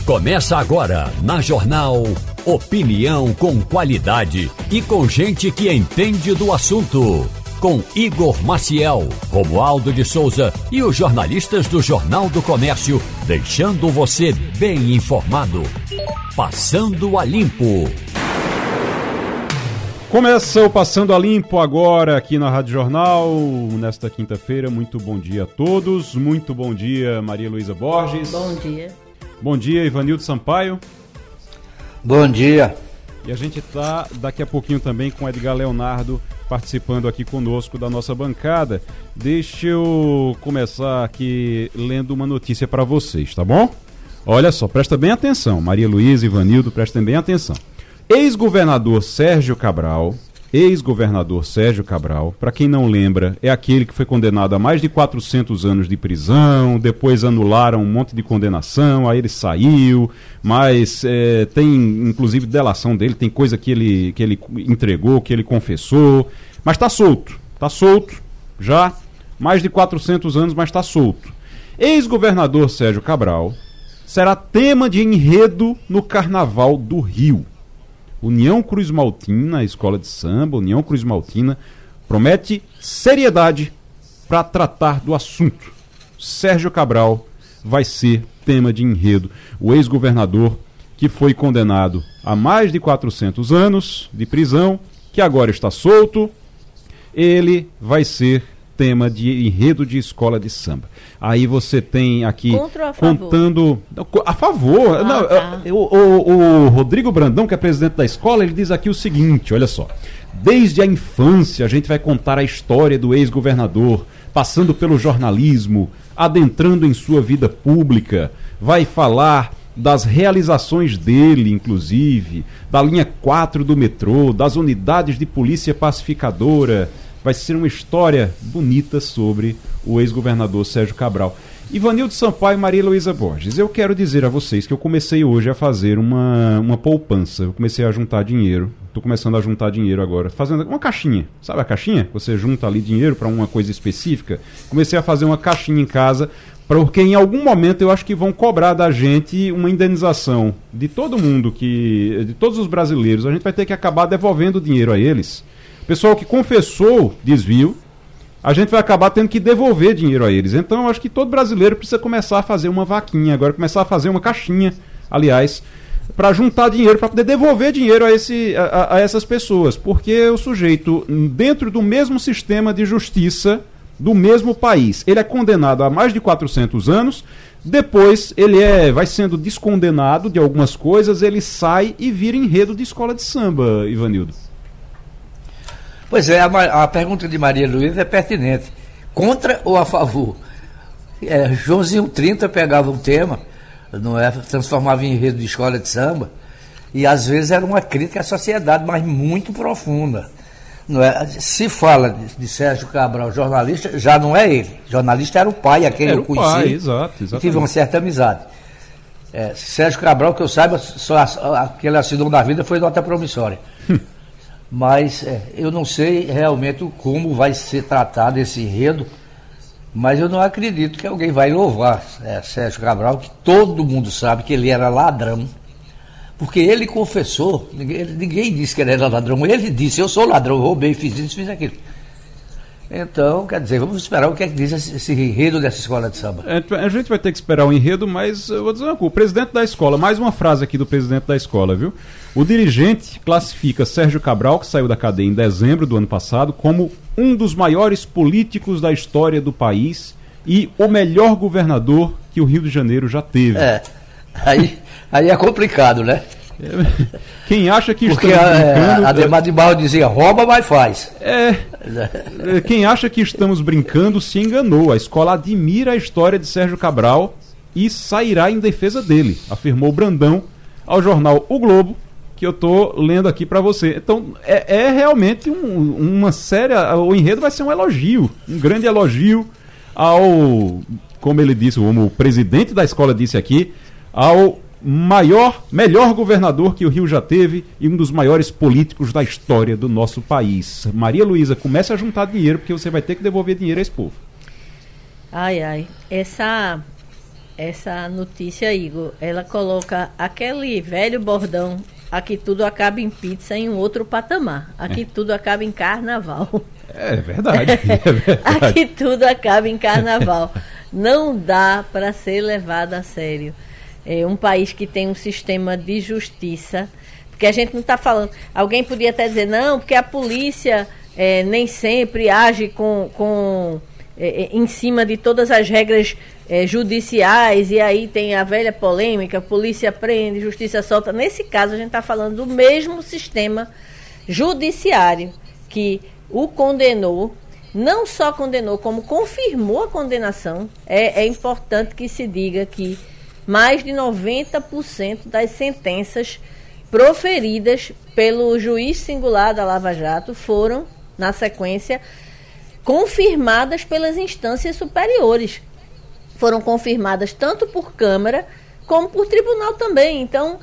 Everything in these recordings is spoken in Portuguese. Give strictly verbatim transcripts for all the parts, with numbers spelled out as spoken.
Começa agora na Jornal Opinião com qualidade e com gente que entende do assunto. Com Igor Maciel, Romualdo de Souza e os jornalistas do Jornal do Comércio, deixando você bem informado. Passando a Limpo. Começa o Passando a Limpo agora aqui na Rádio Jornal, nesta quinta-feira. Muito bom dia a todos. Muito bom dia, Maria Luísa Borges. Bom dia. Bom dia, Ivanildo Sampaio. Bom dia. E a gente está daqui a pouquinho também com Edgar Leonardo participando aqui conosco da nossa bancada. Deixa eu começar aqui lendo uma notícia para vocês, tá bom? Olha só, presta bem atenção, Maria Luísa e Ivanildo, prestem bem atenção. Ex-governador Sérgio Cabral, ex-governador Sérgio Cabral, para quem não lembra, é aquele que foi condenado a mais de quatrocentos anos de prisão, depois anularam um monte de condenação, aí ele saiu, mas é, tem inclusive delação dele, tem coisa que ele, que ele entregou, que ele confessou, mas está solto, está solto já, mais de quatrocentos anos, mas está solto. Ex-governador Sérgio Cabral será tema de enredo no Carnaval do Rio. União Cruz Maltina, escola de samba, União Cruz Maltina, promete seriedade para tratar do assunto. Sérgio Cabral vai ser tema de enredo. O ex-governador que foi condenado a mais de quatrocentos anos de prisão, que agora está solto, ele vai ser tema de enredo de escola de samba. Aí você tem aqui Contra ou a favor? Contando a favor. Ah, não, tá. o, o, o Rodrigo Brandão, que é presidente da escola, ele diz aqui o seguinte, olha só: desde a infância a gente vai contar a história do ex-governador, passando pelo jornalismo, adentrando em sua vida pública, vai falar das realizações dele, inclusive, da linha quatro do metrô, das unidades de polícia pacificadora. Vai ser uma história bonita sobre o ex-governador Sérgio Cabral. Ivanildo Sampaio e Maria Luísa Borges, eu quero dizer a vocês que eu comecei hoje a fazer uma, uma poupança. Eu comecei a juntar dinheiro. Estou começando a juntar dinheiro agora, fazendo uma caixinha. Sabe a caixinha? Você junta ali dinheiro para uma coisa específica. Comecei a fazer uma caixinha em casa, porque em algum momento eu acho que vão cobrar da gente uma indenização de todo mundo, que, de todos os brasileiros. A gente vai ter que acabar devolvendo o dinheiro a eles. Pessoal que confessou desvio, a gente vai acabar tendo que devolver dinheiro a eles. Então eu acho que todo brasileiro precisa começar a fazer uma vaquinha, agora começar a fazer uma caixinha, aliás, para juntar dinheiro, para poder devolver dinheiro a, esse, a, a essas pessoas. Porque o sujeito, dentro do mesmo sistema de justiça do mesmo país, ele é condenado a mais de quatrocentos anos, depois ele é, vai sendo descondenado de algumas coisas, ele sai e vira enredo de escola de samba, Ivanildo. Pois é, a, a pergunta de Maria Luísa é pertinente. Contra ou a favor? É, Joãozinho trinta pegava um tema, não é, transformava em enredo de escola de samba, e às vezes era uma crítica à sociedade, mas muito profunda. Não é? Se fala de, de Sérgio Cabral, jornalista, já não é ele. Jornalista era o pai, a quem era eu conheci. Pai, exato, e tive uma certa amizade. É, Sérgio Cabral, que eu saiba, só aquele assinou na vida foi nota promissória. Mas é, eu não sei realmente como vai ser tratado esse enredo, mas eu não acredito que alguém vai louvar é, Sérgio Cabral, que todo mundo sabe que ele era ladrão, porque ele confessou, ninguém, ninguém disse que ele era ladrão, ele disse: eu sou ladrão, eu roubei, fiz isso, fiz aquilo. Então, quer dizer, vamos esperar o que é que diz esse, esse enredo dessa escola de samba. É, a gente vai ter que esperar o enredo, mas eu vou dizer uma coisa, o presidente da escola, mais uma frase aqui do presidente da escola, viu? O dirigente classifica Sérgio Cabral, que saiu da cadeia em dezembro do ano passado, como um dos maiores políticos da história do país e o melhor governador que o Rio de Janeiro já teve. É, aí, aí é complicado, né? Quem acha que Porque estamos a, brincando... a Ademar de Barro dizia: rouba, mas faz. É, quem acha que estamos brincando se enganou. A escola admira a história de Sérgio Cabral e sairá em defesa dele, afirmou Brandão ao jornal O Globo, que eu estou lendo aqui para você. Então, é, é realmente um, uma séria... O enredo vai ser um elogio, um grande elogio ao, como ele disse, como o presidente da escola disse aqui, ao maior, melhor governador que o Rio já teve e um dos maiores políticos da história do nosso país. Maria Luísa, comece a juntar dinheiro, porque você vai ter que devolver dinheiro a esse povo. Ai, ai. Essa, essa notícia, Igor, ela coloca aquele velho bordão, aqui tudo acaba em pizza, em um outro patamar. Aqui é. tudo acaba em carnaval. É verdade. É verdade. Aqui tudo acaba em carnaval. Não dá para ser levado a sério. É um país que tem um sistema de justiça, porque a gente não está falando... Alguém podia até dizer, não, porque a polícia é, nem sempre age com... com é, em cima de todas as regras é, judiciais, e aí tem a velha polêmica, polícia prende, justiça solta. Nesse caso, a gente está falando do mesmo sistema judiciário que o condenou, não só condenou, como confirmou a condenação. É, é importante que se diga que mais de noventa por cento das sentenças proferidas pelo juiz singular da Lava Jato foram, na sequência, confirmadas pelas instâncias superiores. Foram confirmadas tanto por Câmara como por Tribunal também. Então,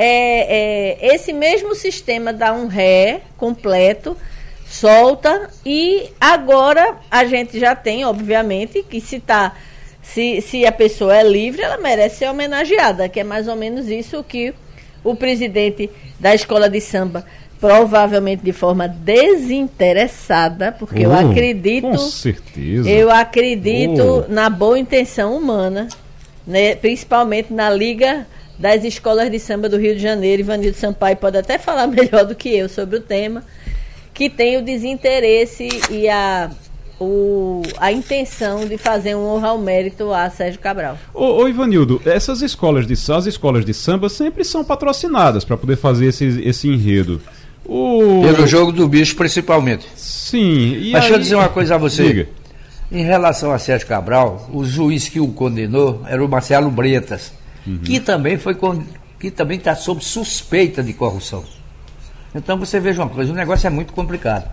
é, é, esse mesmo sistema dá um ré completo, solta, e agora a gente já tem, obviamente, que se, tá, se, se a pessoa é livre, ela merece ser homenageada, que é mais ou menos isso que o presidente da escola de samba, provavelmente de forma desinteressada, porque oh, eu acredito, com certeza. eu acredito oh. na boa intenção humana, né, principalmente na Liga das Escolas de Samba do Rio de Janeiro. Ivanildo Sampaio pode até falar melhor do que eu sobre o tema, que tem o desinteresse e a, o, a intenção de fazer um honra ao mérito a Sérgio Cabral. Ô, ô Ivanildo, essas escolas de, as escolas de samba sempre são patrocinadas para poder fazer esse, esse enredo. O... Pelo jogo do bicho, principalmente. Sim. E Mas aí... deixa eu dizer uma coisa a você. Diga. Em relação a Sérgio Cabral, o juiz que o condenou era o Marcelo Bretas, uhum. que também foi que também está sob suspeita de corrupção. Então você veja uma coisa, o negócio é muito complicado.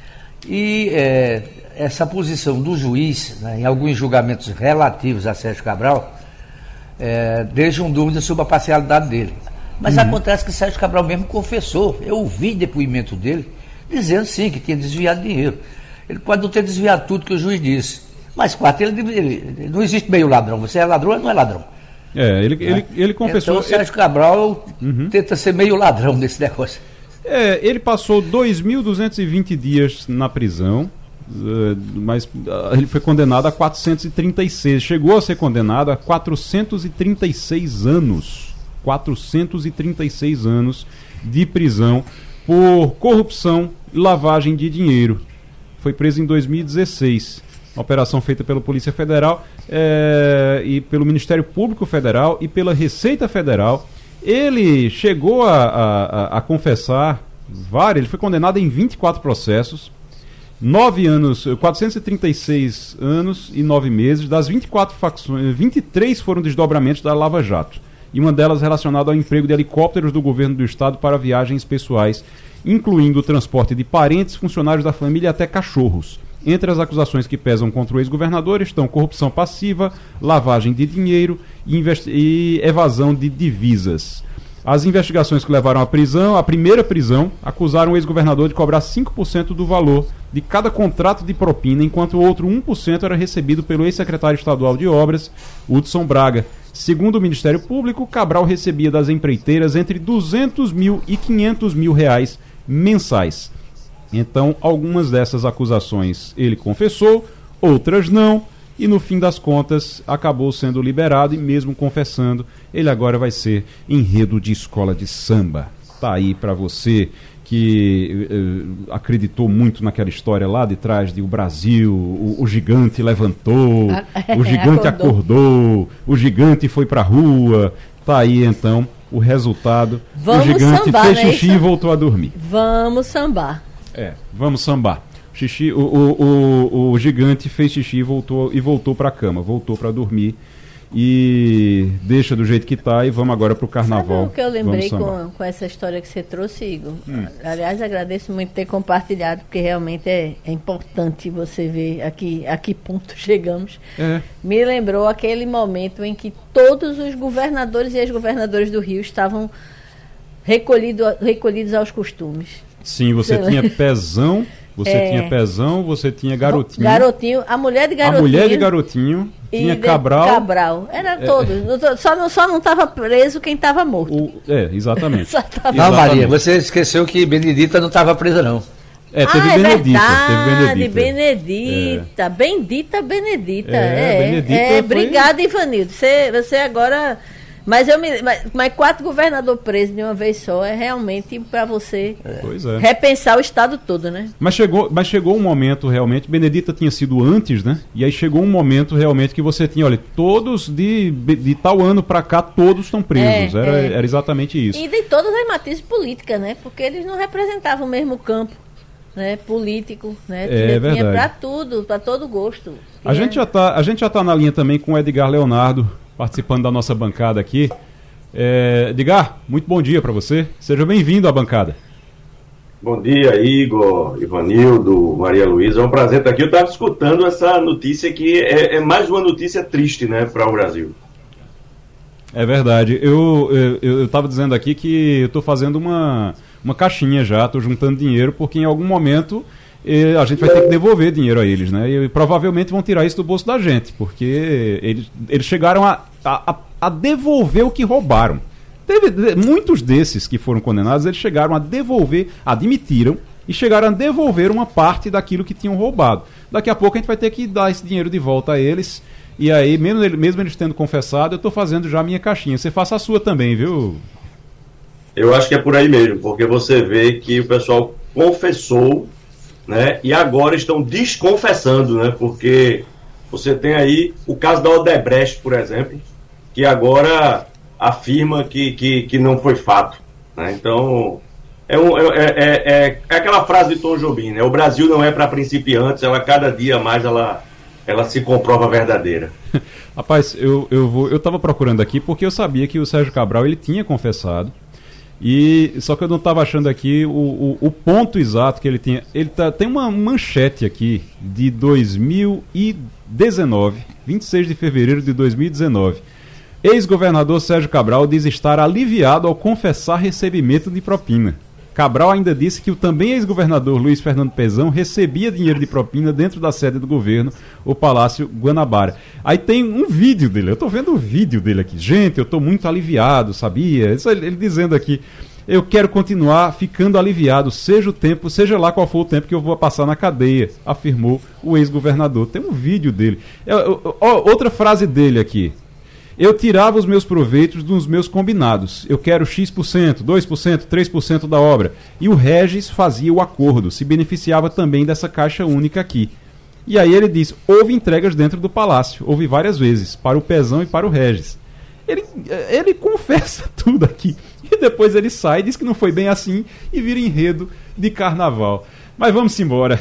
E é, essa posição do juiz, né, em alguns julgamentos relativos a Sérgio Cabral, é, deixam dúvidas sobre a parcialidade dele. Mas uhum. acontece que Sérgio Cabral mesmo confessou. Eu ouvi depoimento dele dizendo sim que tinha desviado dinheiro. Ele pode não ter desviado tudo que o juiz disse, mas parte ele, ele, ele não existe meio ladrão. Você é ladrão ou não é ladrão? É, ele, ele, ele confessou. Então o Sérgio Cabral uhum. tenta ser meio ladrão desse negócio. É, ele passou dois mil duzentos e vinte dias na prisão, mas ele foi condenado a quatrocentos e trinta e seis. Chegou a ser condenado a quatrocentos e trinta e seis anos. quatrocentos e trinta e seis anos de prisão por corrupção e lavagem de dinheiro. Foi preso em dois mil e dezesseis. Uma operação feita pela Polícia Federal é, e pelo Ministério Público Federal e pela Receita Federal. Ele chegou a, a, a confessar vários, ele foi condenado em vinte e quatro processos, nove anos, quatrocentos e trinta e seis anos e nove meses. Das vinte e quatro facções, vinte e três foram desdobramentos da Lava Jato, e uma delas relacionada ao emprego de helicópteros do governo do estado para viagens pessoais, incluindo o transporte de parentes, funcionários da família e até cachorros. Entre as acusações que pesam contra o ex-governador estão corrupção passiva, lavagem de dinheiro e, e evasão de divisas. As investigações que levaram à prisão, a primeira prisão, acusaram o ex-governador de cobrar cinco por cento do valor de cada contrato de propina, enquanto o outro um por cento era recebido pelo ex-secretário estadual de obras, Hudson Braga. Segundo o Ministério Público, Cabral recebia das empreiteiras entre duzentos mil e quinhentos mil reais mensais. Então, algumas dessas acusações ele confessou, outras não, e no fim das contas acabou sendo liberado, e mesmo confessando, ele agora vai ser enredo de escola de samba. Tá aí para você que uh, acreditou muito naquela história lá de trás de o Brasil, o, o gigante levantou, o gigante acordou, o gigante foi pra rua. Tá aí então o resultado. Vamos o gigante sambar, fez né, xixi isso? E voltou a dormir. Vamos sambar. É, vamos sambar. Xixi, o, o, o, o gigante fez xixi e voltou, e voltou para a cama, voltou para dormir, e deixa do jeito que tá, e vamos agora pro carnaval. Sabe o que eu lembrei com, com essa história que você trouxe, Igor? Hum. Aliás, agradeço muito ter compartilhado, porque realmente é, é importante você ver aqui, a que ponto chegamos. É. Me lembrou aquele momento em que todos os governadores e ex-governadores do Rio estavam recolhido, recolhidos aos costumes. Sim, você, você tinha Pezão, Você é... tinha Pezão, você tinha Garotinho. Garotinho, a mulher de Garotinho. A mulher de Garotinho, tinha Cabral. Cabral, era é... todos. Só não só não estava preso quem estava morto. O... É, exatamente. tava... Não, Maria, você esqueceu que Benedita não estava presa, não. É, teve ah, Benedita. É verdade, teve Benedita. Benedita. É. Bendita Benedita. É, é, Benedita é foi... Obrigada, Ivanildo. Você, você agora... Mas, eu me, mas, mas quatro governadores presos de uma vez só é realmente para você é. repensar o estado todo, né? Mas chegou, mas chegou um momento realmente, Benedita tinha sido antes, né? E aí chegou um momento realmente que você tinha, olha, todos de, de tal ano para cá, todos estão presos. É, era, é. era exatamente isso. E de todas as matrizes políticas, né? Porque eles não representavam o mesmo campo, né? Político, né? É, tinha tinha para tudo, para todo gosto. A gente, já tá, a gente já tá na linha também com o Edgar Leonardo, participando da nossa bancada aqui. É, Edgar, muito bom dia para você. Seja bem-vindo à bancada. Bom dia, Igor, Ivanildo, Maria Luísa. É um prazer estar aqui. Eu estava escutando essa notícia que é, é mais uma notícia triste, né, para o Brasil. É verdade. Eu eu estava dizendo aqui que eu estou fazendo uma, uma caixinha já, estou juntando dinheiro, porque em algum momento E a gente vai ter que devolver dinheiro a eles, né? E provavelmente vão tirar isso do bolso da gente, porque eles, eles chegaram a, a, a devolver o que roubaram. Teve muitos desses que foram condenados, eles chegaram a devolver, admitiram, e chegaram a devolver uma parte daquilo que tinham roubado. Daqui a pouco a gente vai ter que dar esse dinheiro de volta a eles, e aí, mesmo, mesmo eles tendo confessado, eu estou fazendo já a minha caixinha. Você faça a sua também, viu? Eu acho que é por aí mesmo, porque você vê que o pessoal confessou, né, e agora estão desconfessando, né, porque você tem aí o caso da Odebrecht, por exemplo, que agora afirma que, que, que não foi fato, né? Então é, um, é, é, é, é aquela frase de Tom Jobim, né? O Brasil não é para principiantes, ela cada dia mais ela, ela se comprova verdadeira. Rapaz, eu eu vou eu estava procurando aqui porque eu sabia que o Sérgio Cabral ele tinha confessado. E, só que eu não estava achando aqui o, o, o ponto exato que ele tinha. Ele tá, tem uma manchete aqui de dois mil e dezenove, vinte e seis de fevereiro de dois mil e dezenove. Ex-governador Sérgio Cabral diz estar aliviado ao confessar recebimento de propina. Cabral ainda disse que o também ex-governador Luiz Fernando Pezão recebia dinheiro de propina dentro da sede do governo, o Palácio Guanabara. Aí tem um vídeo dele, eu estou vendo o vídeo dele aqui. Gente, eu estou muito aliviado, sabia? Isso ele, ele dizendo aqui, eu quero continuar ficando aliviado, seja o tempo, seja lá qual for o tempo que eu vou passar na cadeia, afirmou o ex-governador. Tem um vídeo dele. É, ó, outra frase dele aqui. Eu tirava os meus proveitos dos meus combinados. Eu quero X por cento, dois por cento, três por cento da obra. E o Regis fazia o acordo, se beneficiava também dessa caixa única aqui. E aí ele diz, houve entregas dentro do palácio, houve várias vezes, para o Pezão e para o Regis. Ele, ele confessa tudo aqui. E depois ele sai, diz que não foi bem assim e vira enredo de carnaval. Mas vamos embora.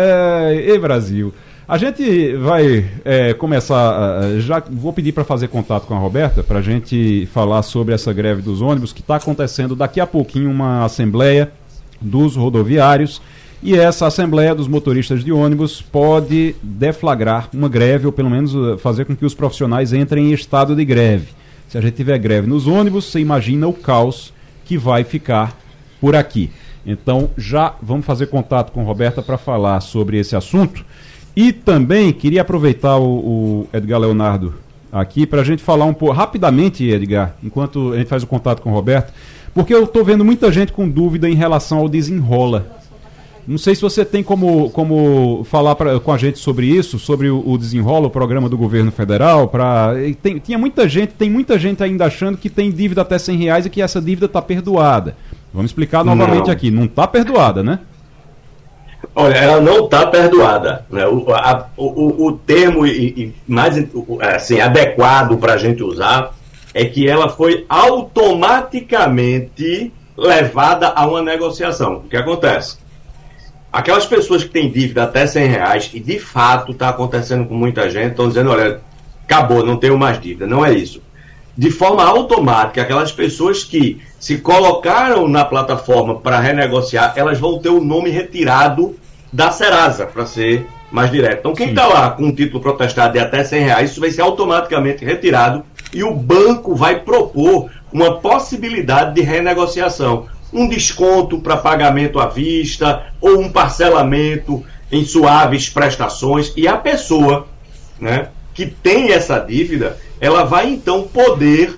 É, e Brasil... A gente vai é, começar, já vou pedir para fazer contato com a Roberta, para a gente falar sobre essa greve dos ônibus, que está acontecendo daqui a pouquinho uma assembleia dos rodoviários, e essa assembleia dos motoristas de ônibus pode deflagrar uma greve, ou pelo menos fazer com que os profissionais entrem em estado de greve. Se a gente tiver greve nos ônibus, você imagina o caos que vai ficar por aqui. Então já vamos fazer contato com a Roberta para falar sobre esse assunto. E também queria aproveitar o, o Edgar Leonardo aqui para a gente falar um pouco, rapidamente, Edgar, enquanto a gente faz o contato com o Roberto, porque eu estou vendo muita gente com dúvida em relação ao Desenrola. Não sei se você tem como, como falar pra, com a gente sobre isso, sobre o, o Desenrola, o programa do governo federal. Pra, tem, tinha muita gente, tem muita gente ainda achando que tem dívida até cem reais e que essa dívida está perdoada. Vamos explicar novamente não. aqui, não está perdoada, né? Olha, ela não está perdoada, né? O, a, o, o termo e, e mais assim, adequado para a gente usar é que ela foi automaticamente levada a uma negociação. O que acontece? Aquelas pessoas que têm dívida até cem reais, e de fato está acontecendo com muita gente, estão dizendo, olha, acabou, não tenho mais dívida. Não é isso. De forma automática, aquelas pessoas que se colocaram na plataforma para renegociar, elas vão ter o nome retirado da Serasa, para ser mais direto. Então, quem está lá com um título protestado de até cem reais, isso vai ser automaticamente retirado e o banco vai propor uma possibilidade de renegociação. um desconto para pagamento à vista ou um parcelamento em suaves prestações, e a pessoa, né, que tem essa dívida, ela vai então poder,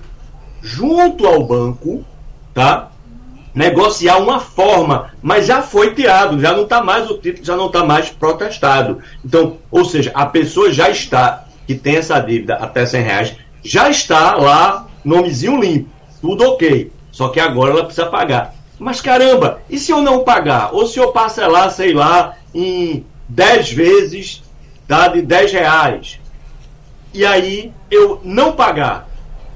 junto ao banco, tá, negociar uma forma, mas já foi tirado, já não está mais o título, já não está mais protestado. Então, ou seja, a pessoa já está, que tem essa dívida até cem reais, já está lá, nomezinho limpo, tudo ok, só que agora ela precisa pagar. Mas caramba, e se eu não pagar? Ou se eu parcelar, sei lá, em dez vezes, tá, de dez reais, e aí eu não pagar,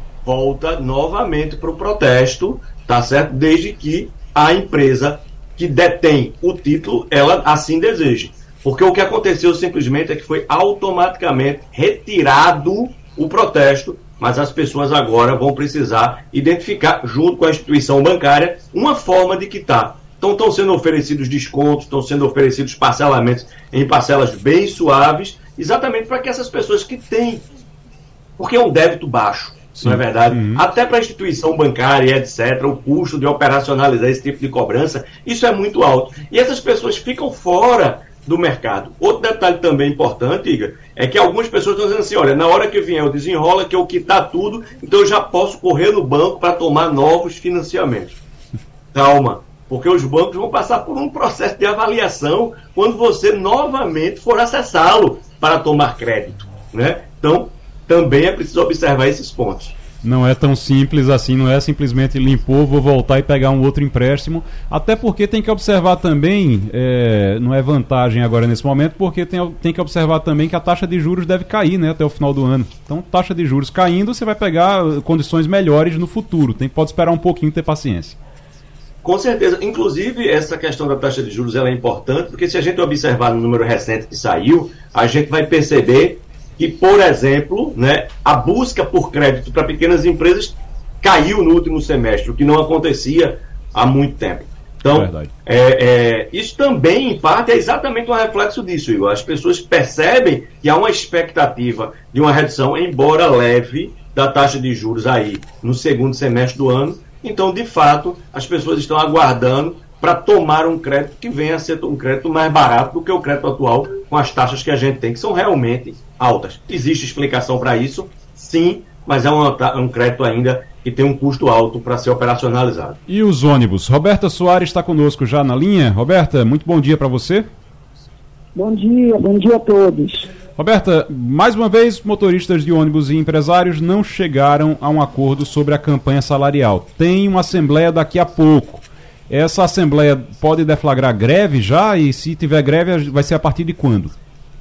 volta novamente para o protesto, tá certo? Desde que a empresa que detém o título, ela assim deseje. Porque o que aconteceu simplesmente é que foi automaticamente retirado o protesto, mas as pessoas agora vão precisar identificar, junto com a instituição bancária, uma forma de quitar. Então estão sendo oferecidos descontos, estão sendo oferecidos parcelamentos em parcelas bem suaves, exatamente para que essas pessoas que têm, porque é um débito baixo, sim, não é verdade? Uhum. Até para a instituição bancária, etcétera, o custo de operacionalizar esse tipo de cobrança, isso é muito alto. E essas pessoas ficam fora do mercado. Outro detalhe também importante, Igor, é que algumas pessoas estão dizendo assim, olha, na hora que vier o desenrola, que eu quitar tudo, então eu já posso correr no banco para tomar novos financiamentos. Calma, porque os bancos vão passar por um processo de avaliação quando você novamente for acessá-lo para tomar crédito, né? Então, também é preciso observar esses pontos. Não é tão simples assim, não é simplesmente limpou, vou voltar e pegar um outro empréstimo, até porque tem que observar também, é, não é vantagem agora nesse momento, porque tem, tem que observar também que a taxa de juros deve cair, né, até o final do ano. Então, taxa de juros caindo, você vai pegar condições melhores no futuro, tem, pode esperar um pouquinho, ter paciência. Com certeza, inclusive essa questão da taxa de juros ela é importante, porque se a gente observar no número recente que saiu, a gente vai perceber que, por exemplo, né, a busca por crédito para pequenas empresas caiu no último semestre, o que não acontecia há muito tempo. Então, é, é, isso também, em parte, é exatamente um reflexo disso, Igor. As pessoas percebem que há uma expectativa de uma redução, embora leve, da taxa de juros aí no segundo semestre do ano. Então, de fato, as pessoas estão aguardando para tomar um crédito que venha a ser um crédito mais barato do que o crédito atual, com as taxas que a gente tem, que são realmente altas. Existe explicação para isso? Sim, mas é um, um crédito ainda que tem um custo alto para ser operacionalizado. E os ônibus? Roberta Soares está conosco já na linha. Roberta, muito bom dia para você. Bom dia, bom dia a todos. Roberta, mais uma vez, motoristas de ônibus e empresários não chegaram a um acordo sobre a campanha salarial. Tem uma assembleia daqui a pouco. Essa assembleia pode deflagrar greve já? E se tiver greve, vai ser a partir de quando?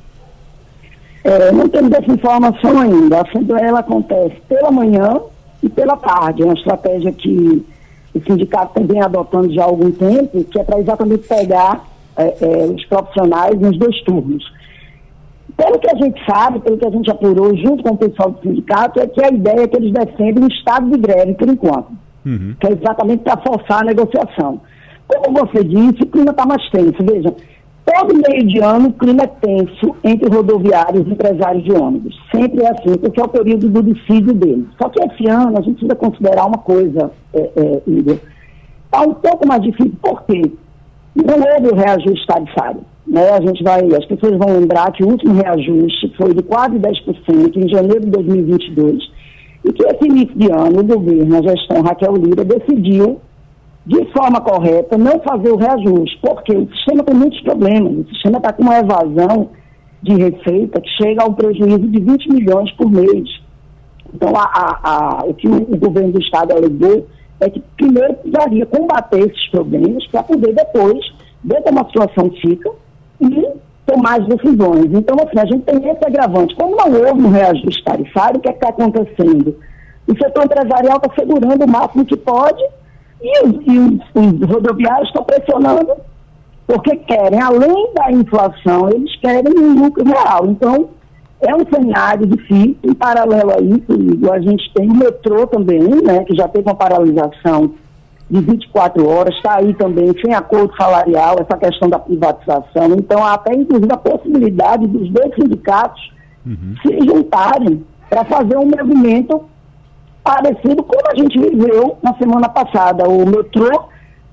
É, não temos essa informação ainda. A assembleia ela acontece pela manhã e pela tarde. É uma estratégia que o sindicato tem vem adotando já há algum tempo, que é para exatamente pegar é, é, os profissionais nos dois turnos. Pelo que a gente sabe, pelo que a gente apurou junto com o pessoal do sindicato, é que a ideia é que eles defendem um estado de greve por enquanto. Uhum. Que é exatamente para forçar a negociação. Como você disse, o clima está mais tenso. Veja, todo meio de ano o clima é tenso entre rodoviários e empresários de ônibus. Sempre é assim, porque é o período do dissídio deles. Só que esse ano a gente precisa considerar uma coisa, é, é, Igor. Está um pouco mais difícil, por quê? Não houve o reajuste tarifário. Né? A gente vai, as pessoas vão lembrar que o último reajuste foi de quase dez por cento em janeiro de dois mil e vinte e dois, e que esse início de ano o governo, a gestão Raquel Lira, decidiu, de forma correta, não fazer o reajuste, porque o sistema tem muitos problemas. O sistema está com uma evasão de receita que chega a um prejuízo de vinte milhões por mês. Então, a, a, a, o que o, o governo do Estado alegou é que primeiro precisaria combater esses problemas para poder depois ver como a situação fica e tomar as decisões. Então, assim, a gente tem esse agravante. Como não houve um reajuste tarifário, o que é que está acontecendo? O setor empresarial está segurando o máximo que pode e os, e os, os rodoviários estão pressionando porque querem, além da inflação, eles querem um lucro real. Então, é um cenário difícil. Em paralelo a isso, a gente tem o metrô também, né, que já teve uma paralisação de vinte e quatro horas, está aí também sem acordo salarial, essa questão da privatização. Então, há até inclusive a possibilidade dos dois sindicatos uhum. se juntarem para fazer um movimento parecido como a gente viveu na semana passada. O metrô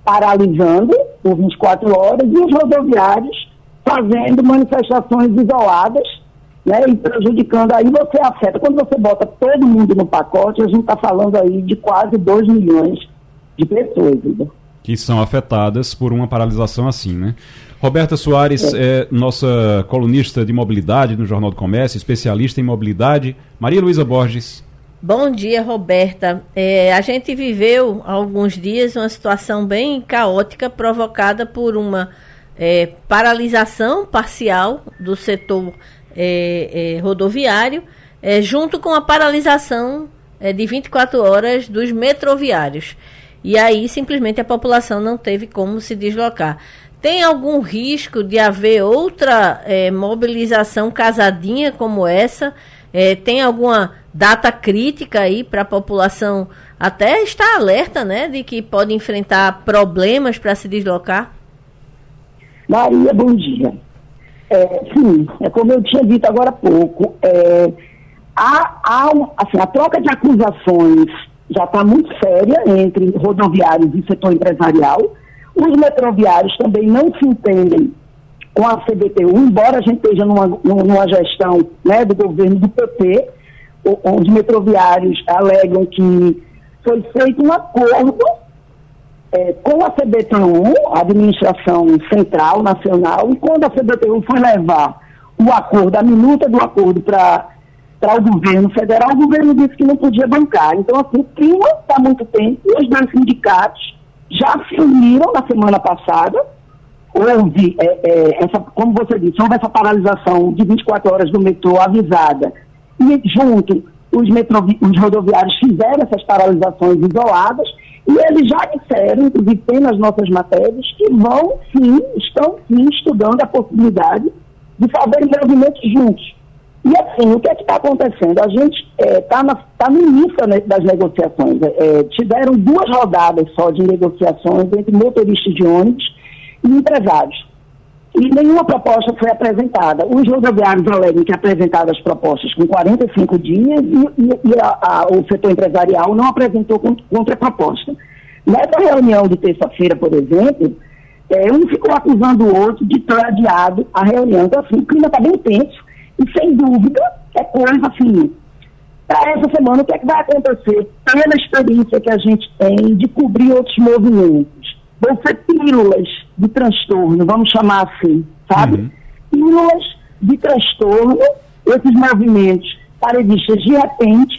paralisando por vinte e quatro horas e os rodoviários fazendo manifestações isoladas, né, e prejudicando. Aí você afeta. Quando você bota todo mundo no pacote, a gente está falando aí de quase dois milhões de pessoas, Igor. Que são afetadas por uma paralisação assim, né? Roberta Soares é. é nossa colunista de mobilidade no Jornal do Comércio, especialista em mobilidade. Maria Luísa Borges. Bom dia, Roberta. É, a gente viveu há alguns dias uma situação bem caótica provocada por uma é, paralisação parcial do setor é, é, rodoviário, é, junto com a paralisação é, de vinte e quatro horas dos metroviários. E aí, simplesmente, a população não teve como se deslocar. Tem algum risco de haver outra é, mobilização casadinha como essa? É, tem alguma data crítica aí para a população até estar alerta, né, de que pode enfrentar problemas para se deslocar? Maria, bom dia. É, sim, é como eu tinha dito agora há pouco, é, há, há assim, a troca de acusações já está muito séria entre rodoviários e setor empresarial. Os metroviários também não se entendem com a C B T U, embora a gente esteja numa, numa gestão, né, do governo do P T, onde metroviários alegam que foi feito um acordo é, com a C B T U, a Administração Central Nacional, e quando a C B T U foi levar o acordo, a minuta do acordo para o governo federal, o governo disse que não podia bancar. Então, assim, o clima está muito tempo, e os dois sindicatos já se uniram na semana passada. Houve, é, é, essa, como você disse, houve essa paralisação de vinte e quatro horas do metrô avisada, e junto os, metro, os rodoviários fizeram essas paralisações isoladas, e eles já disseram, inclusive tem nas nossas matérias, que vão sim, estão sim estudando a possibilidade de fazer movimentos juntos. E assim, o que é que está acontecendo? A gente está é, tá no início das negociações. É, tiveram duas rodadas só de negociações entre motoristas de ônibus e empresários. E nenhuma proposta foi apresentada. Os rodoviários alegam que apresentaram as propostas com quarenta e cinco dias e, e, e a, a, o setor empresarial não apresentou contraproposta. Nessa reunião de terça-feira, por exemplo, é, um ficou acusando o outro de ter adiado a reunião. Então, assim, o clima está bem tenso. E, sem dúvida, é coisa assim, para essa semana, o que é que vai acontecer? Pela experiência que a gente tem de cobrir outros movimentos, vão ser pílulas de transtorno, vamos chamar assim, sabe? Uhum. Pílulas de transtorno, esses movimentos paredistas, de repente,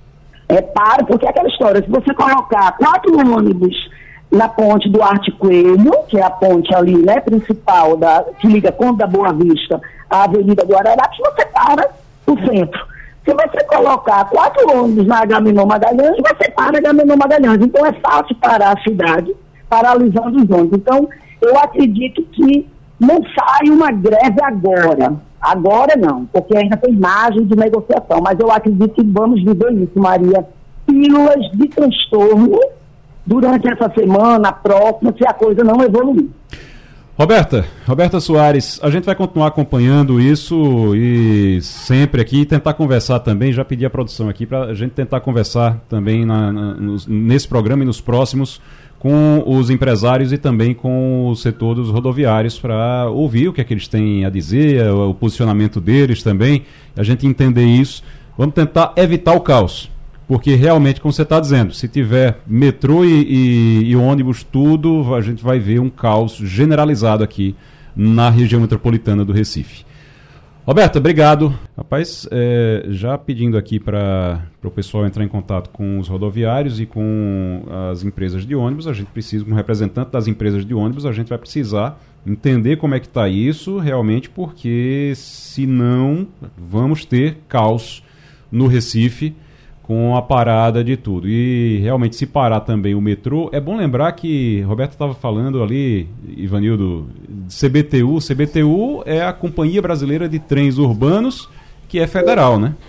é, para, porque é aquela história, se você colocar quatro ônibus na ponte do Arte Coelho, que é a ponte ali, né, principal, da, que liga Conde da Boa Vista à Avenida Guararapes, você para o centro. Se você colocar quatro ônibus na Agamenon Magalhães, você para a Agamenon Magalhães. Então é fácil parar a cidade, paralisando os ônibus. Então, eu acredito que não sai uma greve agora. Agora não, porque ainda tem margem de negociação. Mas eu acredito que vamos viver isso, Maria. Pílulas de transtorno durante essa semana, próxima, se a coisa não evoluir. Roberta, Roberta Soares, a gente vai continuar acompanhando isso e sempre aqui tentar conversar também, já pedi a produção aqui para a gente tentar conversar também na, na, nos, nesse programa e nos próximos com os empresários e também com o setor dos rodoviários para ouvir o que é que eles têm a dizer, o, o posicionamento deles também, a gente entender isso. Vamos tentar evitar o caos. Porque realmente, como você está dizendo, se tiver metrô e, e, e ônibus, tudo, a gente vai ver um caos generalizado aqui na região metropolitana do Recife. Roberta, obrigado. Rapaz, é, já pedindo aqui para o pessoal entrar em contato com os rodoviários e com as empresas de ônibus, a gente precisa, como representante das empresas de ônibus, a gente vai precisar entender como é que está isso realmente, porque senão vamos ter caos no Recife, com a parada de tudo. E realmente, se parar também o metrô, é bom lembrar que Roberto estava falando ali, Ivanildo, de C B T U. C B T U é a Companhia Brasileira de Trens Urbanos, que é federal, né?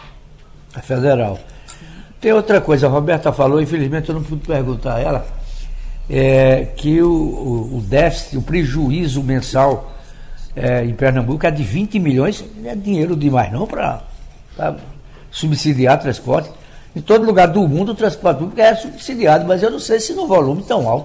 É federal. Tem outra coisa, a Roberta falou, infelizmente eu não pude perguntar a ela, é, que o, o, o déficit, o prejuízo mensal é, em Pernambuco é de vinte milhões, não é dinheiro demais não para subsidiar transporte. Em todo lugar do mundo o transporte público é subsidiado, mas eu não sei se no volume tão alto, né?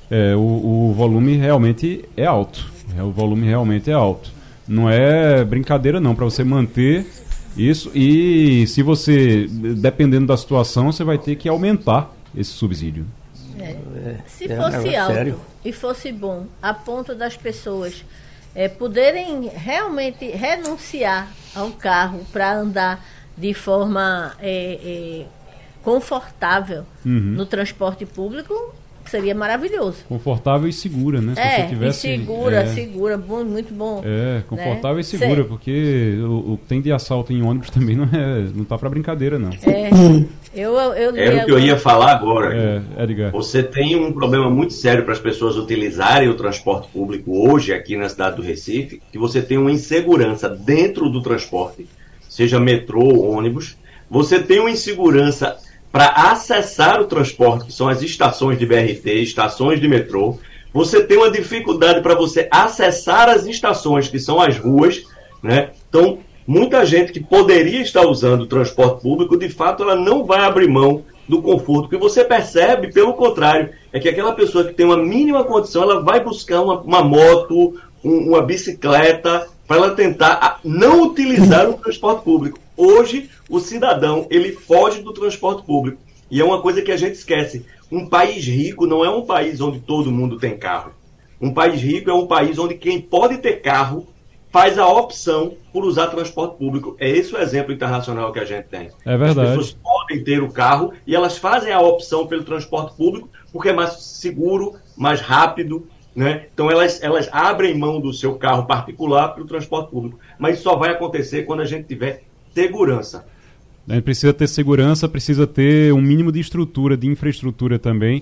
É, o, o volume realmente é alto. É, o volume realmente é alto. Não é brincadeira não, para você manter isso. E se você, dependendo da situação, você vai ter que aumentar esse subsídio. É. Se é, fosse é, alto sério? e fosse bom, a ponto das pessoas é, poderem realmente renunciar ao carro para andar de forma é, é, confortável Uhum. no transporte público, seria maravilhoso. Confortável e segura, né? Se é, você tivesse, e segura, é, segura, bom, muito bom. É, confortável né? e segura, Sei. porque o, o que tem de assalto em ônibus também não é, não tá para brincadeira, não. É, eu, eu Era o que eu ia falar agora. É, Edgar. Você tem um problema muito sério para as pessoas utilizarem o transporte público hoje aqui na cidade do Recife, que você tem uma insegurança dentro do transporte, seja metrô ou ônibus. Você tem uma insegurança para acessar o transporte, que são as estações de B R T, estações de metrô. Você tem uma dificuldade para você acessar as estações, que são as ruas, né? Então, muita gente que poderia estar usando o transporte público, de fato, ela não vai abrir mão do conforto. O que você percebe, pelo contrário, é que aquela pessoa que tem uma mínima condição, ela vai buscar uma, uma moto, um, uma bicicleta, para ela tentar não utilizar o transporte público. Hoje, o cidadão, ele foge do transporte público. E é uma coisa que a gente esquece. Um país rico não é um país onde todo mundo tem carro. Um país rico é um país onde quem pode ter carro faz a opção por usar transporte público. É esse o exemplo internacional que a gente tem. É verdade. As pessoas podem ter o carro e elas fazem a opção pelo transporte público porque é mais seguro, mais rápido, né? Então elas, elas abrem mão do seu carro particular para o transporte público. Mas isso só vai acontecer quando a gente tiver segurança. A gente precisa ter segurança, precisa ter um mínimo de estrutura, de infraestrutura também.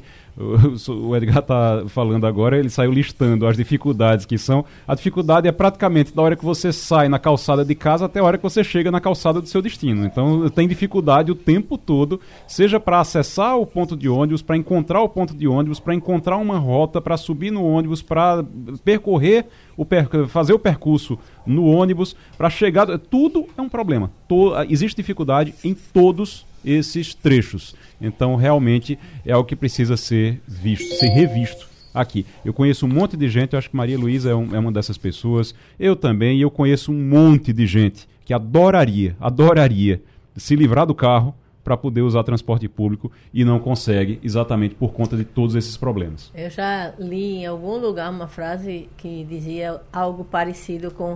O Edgar está falando agora, ele saiu listando as dificuldades que são. A dificuldade é praticamente da hora que você sai na calçada de casa até a hora que você chega na calçada do seu destino. Então tem dificuldade o tempo todo, seja para acessar o ponto de ônibus, para encontrar o ponto de ônibus, para encontrar uma rota, para subir no ônibus, para percorrer, o per... fazer o percurso no ônibus, para chegar... Tudo é um problema. To... Existe dificuldade em todos esses trechos. Então, realmente, é algo que precisa ser visto, ser revisto aqui. Eu conheço um monte de gente, eu acho que Maria Luísa é, um, é uma dessas pessoas, eu também, e eu conheço um monte de gente que adoraria, adoraria se livrar do carro para poder usar transporte público e não consegue, exatamente por conta de todos esses problemas. Eu já li em algum lugar uma frase que dizia algo parecido com: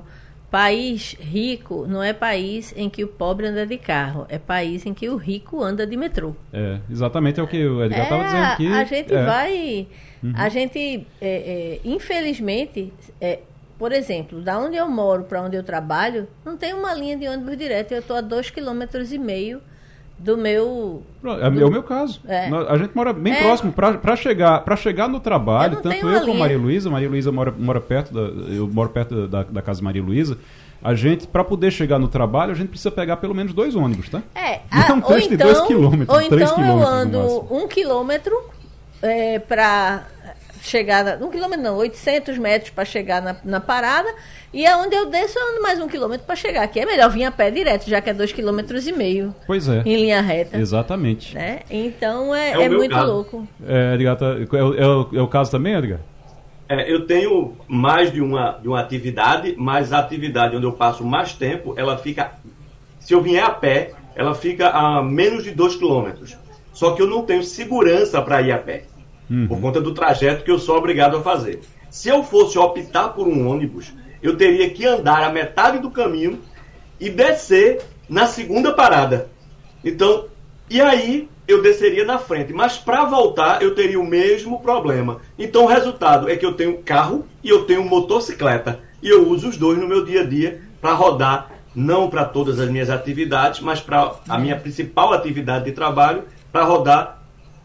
país rico não é país em que o pobre anda de carro, é país em que o rico anda de metrô. É, exatamente é o que o Edgar estava é, dizendo aqui. A gente é. vai... Uhum. A gente, é, é, infelizmente, é, por exemplo, da onde eu moro para onde eu trabalho, não tem uma linha de ônibus direto. Eu estou a dois quilômetros e meio do meu... É, do, é o meu caso. É. A gente mora bem é. próximo. Para chegar, pra chegar no trabalho, eu tanto eu linha. como Maria Luísa, Maria Luísa mora, mora perto, da, eu moro perto da, da casa de Maria Luísa, a gente, para poder chegar no trabalho, a gente precisa pegar pelo menos dois ônibus, tá? É, a, é um trecho então, de dois quilômetros, ou três então eu quilômetros ando um quilômetro é, para chegar, na, um quilômetro não, oitocentos metros para chegar na, na parada, e aonde eu desço eu ando mais um quilômetro para chegar aqui. É melhor vir a pé direto, já que é dois quilômetros e meio. Pois é. Em linha reta. Exatamente. Né? Então é, É o é meu muito caso. louco. É, Edgar, tá, é, o- é, o, é o caso também, Edgar? É, eu tenho mais de uma, de uma atividade, mas a atividade onde eu passo mais tempo, ela fica, se eu vier a pé, ela fica a menos de dois quilômetros. Só que eu não tenho segurança para ir a pé, Uhum. por conta do trajeto que eu sou obrigado a fazer. Se eu fosse optar por um ônibus, eu teria que andar a metade do caminho e descer na segunda parada. Então, e aí eu desceria na frente, mas para voltar eu teria o mesmo problema. Então o resultado é que eu tenho carro e eu tenho motocicleta, e eu uso os dois no meu dia a dia para rodar, não para todas as minhas atividades, mas para a minha principal atividade de trabalho, para rodar.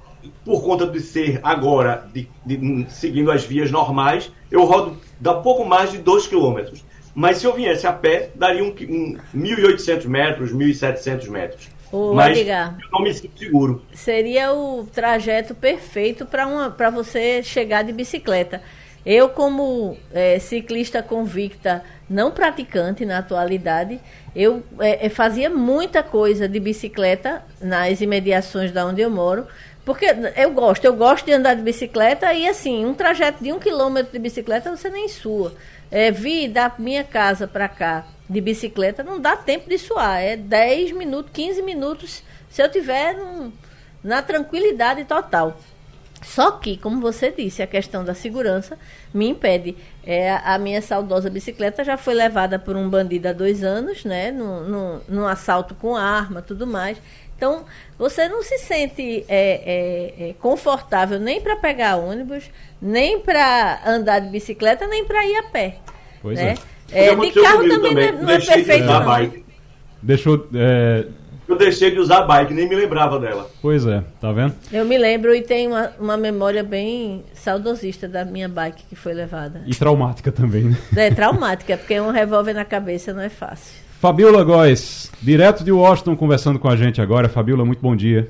Por conta de ser agora, de, de, seguindo as vias normais, eu rodo dá pouco mais de dois quilômetros. Mas se eu viesse a pé, daria um, um mil e oitocentos metros, mil e setecentos metros. Ô, Mas Edgar, eu não me sinto seguro. seria o trajeto perfeito para uma para você chegar de bicicleta. Eu, como é, ciclista convicta, não praticante na atualidade, eu é, fazia muita coisa de bicicleta nas imediações da onde eu moro, porque eu gosto, eu gosto de andar de bicicleta e assim, um trajeto de um quilômetro de bicicleta você nem sua. É, vir da minha casa para cá de bicicleta não dá tempo de suar, é dez minutos, quinze minutos se eu tiver num, na tranquilidade total. Só que, como você disse, a questão da segurança me impede. É, a minha saudosa bicicleta já foi levada por um bandido há dois anos, né, num, num, num assalto com arma, tudo mais. Então, você não se sente é, é, é, confortável nem para pegar ônibus, nem para andar de bicicleta, nem para ir a pé. Pois né? é. É, de carro também, também não é, não é perfeito, de não. Bike. Deixou... É... Eu deixei de usar a bike, nem me lembrava dela. Pois é, tá vendo? Eu me lembro e tenho uma, uma memória bem saudosista da minha bike que foi levada. E traumática também, né? É traumática, porque um revólver na cabeça não é fácil. Fabiola Góes, direto de Washington, conversando com a gente agora. Fabiola, muito bom dia.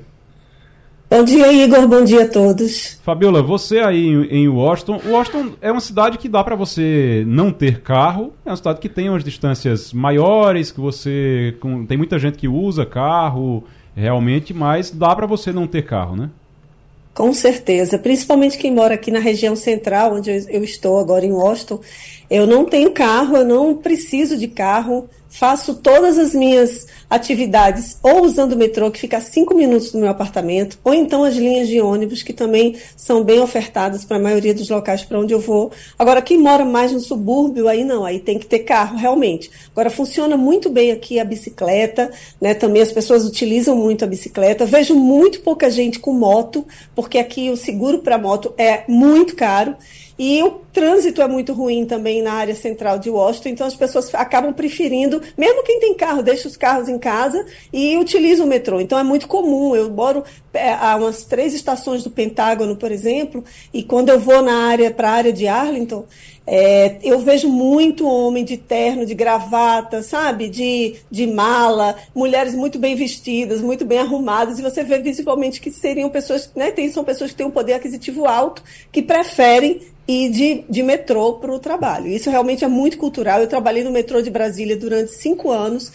Bom dia, Igor. Bom dia a todos. Fabiola, você aí em Washington, Washington é uma cidade que dá para você não ter carro, é uma cidade que tem umas distâncias maiores, que você com, tem muita gente que usa carro realmente, mas dá para você não ter carro, né? Com certeza, principalmente quem mora aqui na região central, onde eu, eu estou agora em Washington. Eu não tenho carro, eu não preciso de carro, faço todas as minhas atividades ou usando o metrô, que fica a cinco minutos do meu apartamento, ou então as linhas de ônibus, que também são bem ofertadas para a maioria dos locais para onde eu vou. Agora, quem mora mais no subúrbio, aí não, aí tem que ter carro, realmente. Agora, funciona muito bem aqui a bicicleta, né? Também as pessoas utilizam muito a bicicleta. Vejo muito pouca gente com moto, porque aqui o seguro para moto é muito caro. E o trânsito é muito ruim também na área central de Washington, então as pessoas acabam preferindo, mesmo quem tem carro, deixa os carros em casa e utiliza o metrô. Então é muito comum, eu moro é, a umas três estações do Pentágono, por exemplo, e quando eu vou na área, para a área de Arlington, é, eu vejo muito homem de terno, de gravata, sabe, de, de mala, mulheres muito bem vestidas, muito bem arrumadas, e você vê visivelmente que seriam pessoas, né, tem, são pessoas que têm um poder aquisitivo alto, que preferem ir de, de metrô para o trabalho. Isso realmente é muito cultural. Eu trabalhei no metrô de Brasília durante cinco anos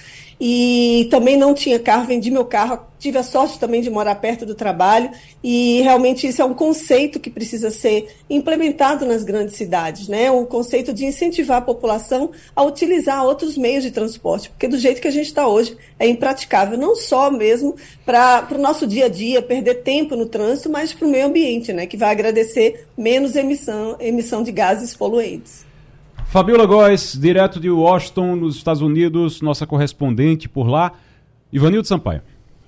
e também não tinha carro, vendi meu carro, tive a sorte também de morar perto do trabalho e realmente isso é um conceito que precisa ser implementado nas grandes cidades, né? Um conceito de incentivar a população a utilizar outros meios de transporte, porque do jeito que a gente está hoje é impraticável, não só mesmo para o nosso dia a dia, perder tempo no trânsito, mas para o meio ambiente, né? Que vai agradecer menos emissão, emissão de gases poluentes. Fabiola Góes, direto de Washington, nos Estados Unidos, nossa correspondente por lá. Ivanildo Sampaio.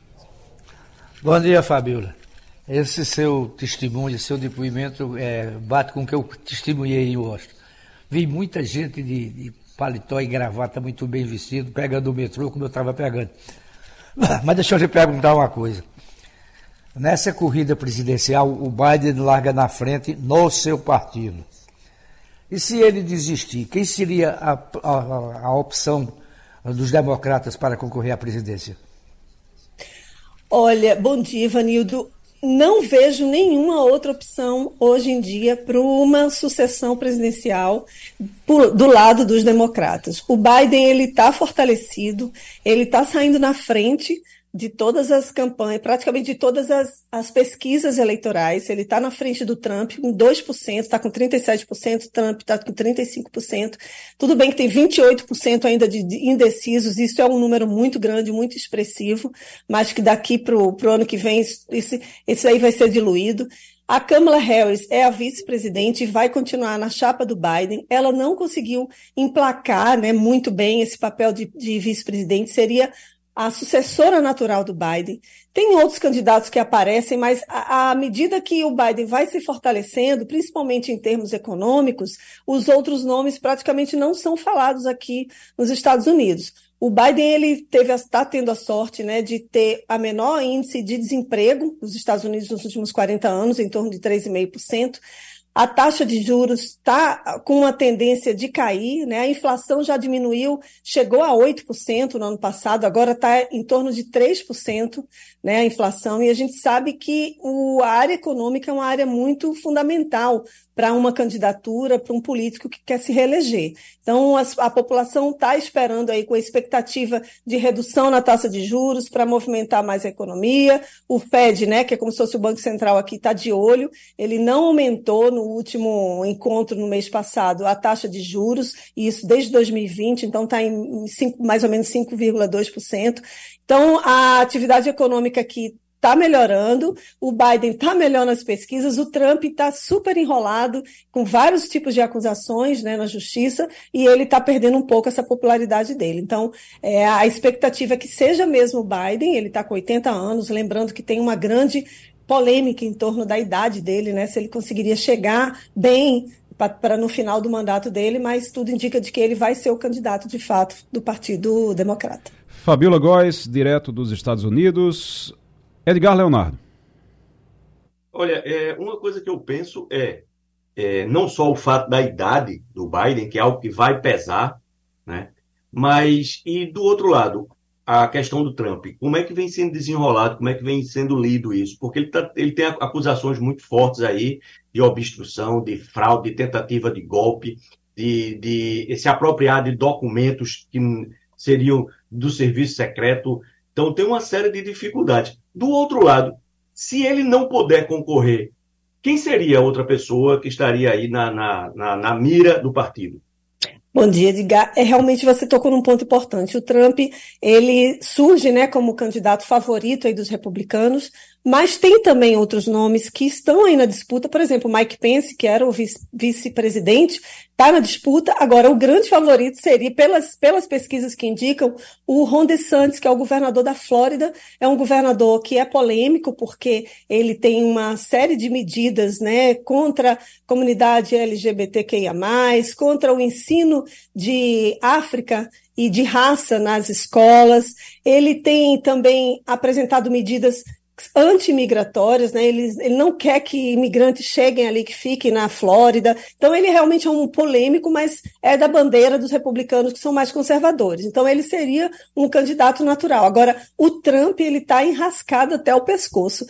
Bom dia, Fabiola. Esse seu testemunho, seu depoimento é, bate com o que eu testemunhei em Washington. Vi muita gente de, de paletó e gravata muito bem vestido, pegando o metrô como eu estava pegando. Mas deixa eu lhe perguntar uma coisa. Nessa corrida presidencial, o Biden larga na frente no seu partido. E se ele desistir, quem seria a, a, a opção dos democratas para concorrer à presidência? Olha, bom dia, Ivanildo. Não vejo nenhuma outra opção hoje em dia para uma sucessão presidencial por, do lado dos democratas. O Biden ele está fortalecido, ele está saindo na frente de todas as campanhas, praticamente de todas as, as pesquisas eleitorais. Ele está na frente do Trump com dois por cento, está com trinta e sete por cento, Trump está com trinta e cinco por cento. Tudo bem que tem vinte e oito por cento ainda de, de indecisos, isso é um número muito grande, muito expressivo, mas que daqui para o ano que vem esse, esse aí vai ser diluído. A Kamala Harris é a vice-presidente e vai continuar na chapa do Biden. Ela não conseguiu emplacar, né, muito bem esse papel de, de vice-presidente, seria a sucessora natural do Biden. Tem outros candidatos que aparecem, mas à medida que o Biden vai se fortalecendo, principalmente em termos econômicos, os outros nomes praticamente não são falados aqui nos Estados Unidos. O Biden ele teve, está tendo a sorte, né, de ter a menor índice de desemprego nos Estados Unidos nos últimos quarenta anos, em torno de três vírgula cinco por cento. A taxa de juros está com uma tendência de cair, né? A inflação já diminuiu, chegou a oito por cento no ano passado, agora está em torno de três por cento, né, a inflação, e a gente sabe que o, a área econômica é uma área muito fundamental para uma candidatura, para um político que quer se reeleger. Então, a, a população está esperando aí com a expectativa de redução na taxa de juros para movimentar mais a economia. O F E D, né, que é como se fosse o Banco Central aqui, está de olho. Ele não aumentou no último encontro, no mês passado, a taxa de juros, e isso desde dois mil e vinte, então está em, em cinco, mais ou menos cinco vírgula dois por cento. Então, a atividade econômica aqui está melhorando, o Biden está melhor nas pesquisas, o Trump está super enrolado, com vários tipos de acusações, né, na justiça, e ele está perdendo um pouco essa popularidade dele. Então, é, a expectativa é que seja mesmo o Biden, ele está com oitenta anos, lembrando que tem uma grande polêmica em torno da idade dele, né, se ele conseguiria chegar bem para no final do mandato dele, mas tudo indica de que ele vai ser o candidato, de fato, do Partido Democrata. Fabíola Góes, direto dos Estados Unidos. Edgar Leonardo. Olha, é, uma coisa que eu penso é, é não só o fato da idade do Biden, que é algo que vai pesar, né? Mas, e do outro lado, a questão do Trump. Como é que vem sendo desenrolado, como é que vem sendo lido isso? Porque ele, tá, ele tem acusações muito fortes aí de obstrução, de fraude, de tentativa de golpe, de, de se apropriar de documentos que seriam do serviço secreto. Então tem uma série de dificuldades. Do outro lado, se ele não puder concorrer, quem seria a outra pessoa que estaria aí na, na, na, na mira do partido? Bom dia, Edgar. É, realmente você tocou num ponto importante. O Trump, ele surge, né, como candidato favorito aí dos republicanos, mas tem também outros nomes que estão aí na disputa. Por exemplo, Mike Pence, que era o vice- vice-presidente, está na disputa. Agora, o grande favorito seria, pelas, pelas pesquisas que indicam, o Ron DeSantis, que é o governador da Flórida. É um governador que é polêmico, porque ele tem uma série de medidas, né, contra a comunidade L G B T Q I A mais, contra o ensino de África e de raça nas escolas. Ele tem também apresentado medidas anti-migratórias, né? Ele, ele não quer que imigrantes cheguem ali, que fiquem na Flórida. Então ele realmente é um polêmico, mas é da bandeira dos republicanos que são mais conservadores. Então ele seria um candidato natural. Agora, o Trump, ele está enrascado até o pescoço.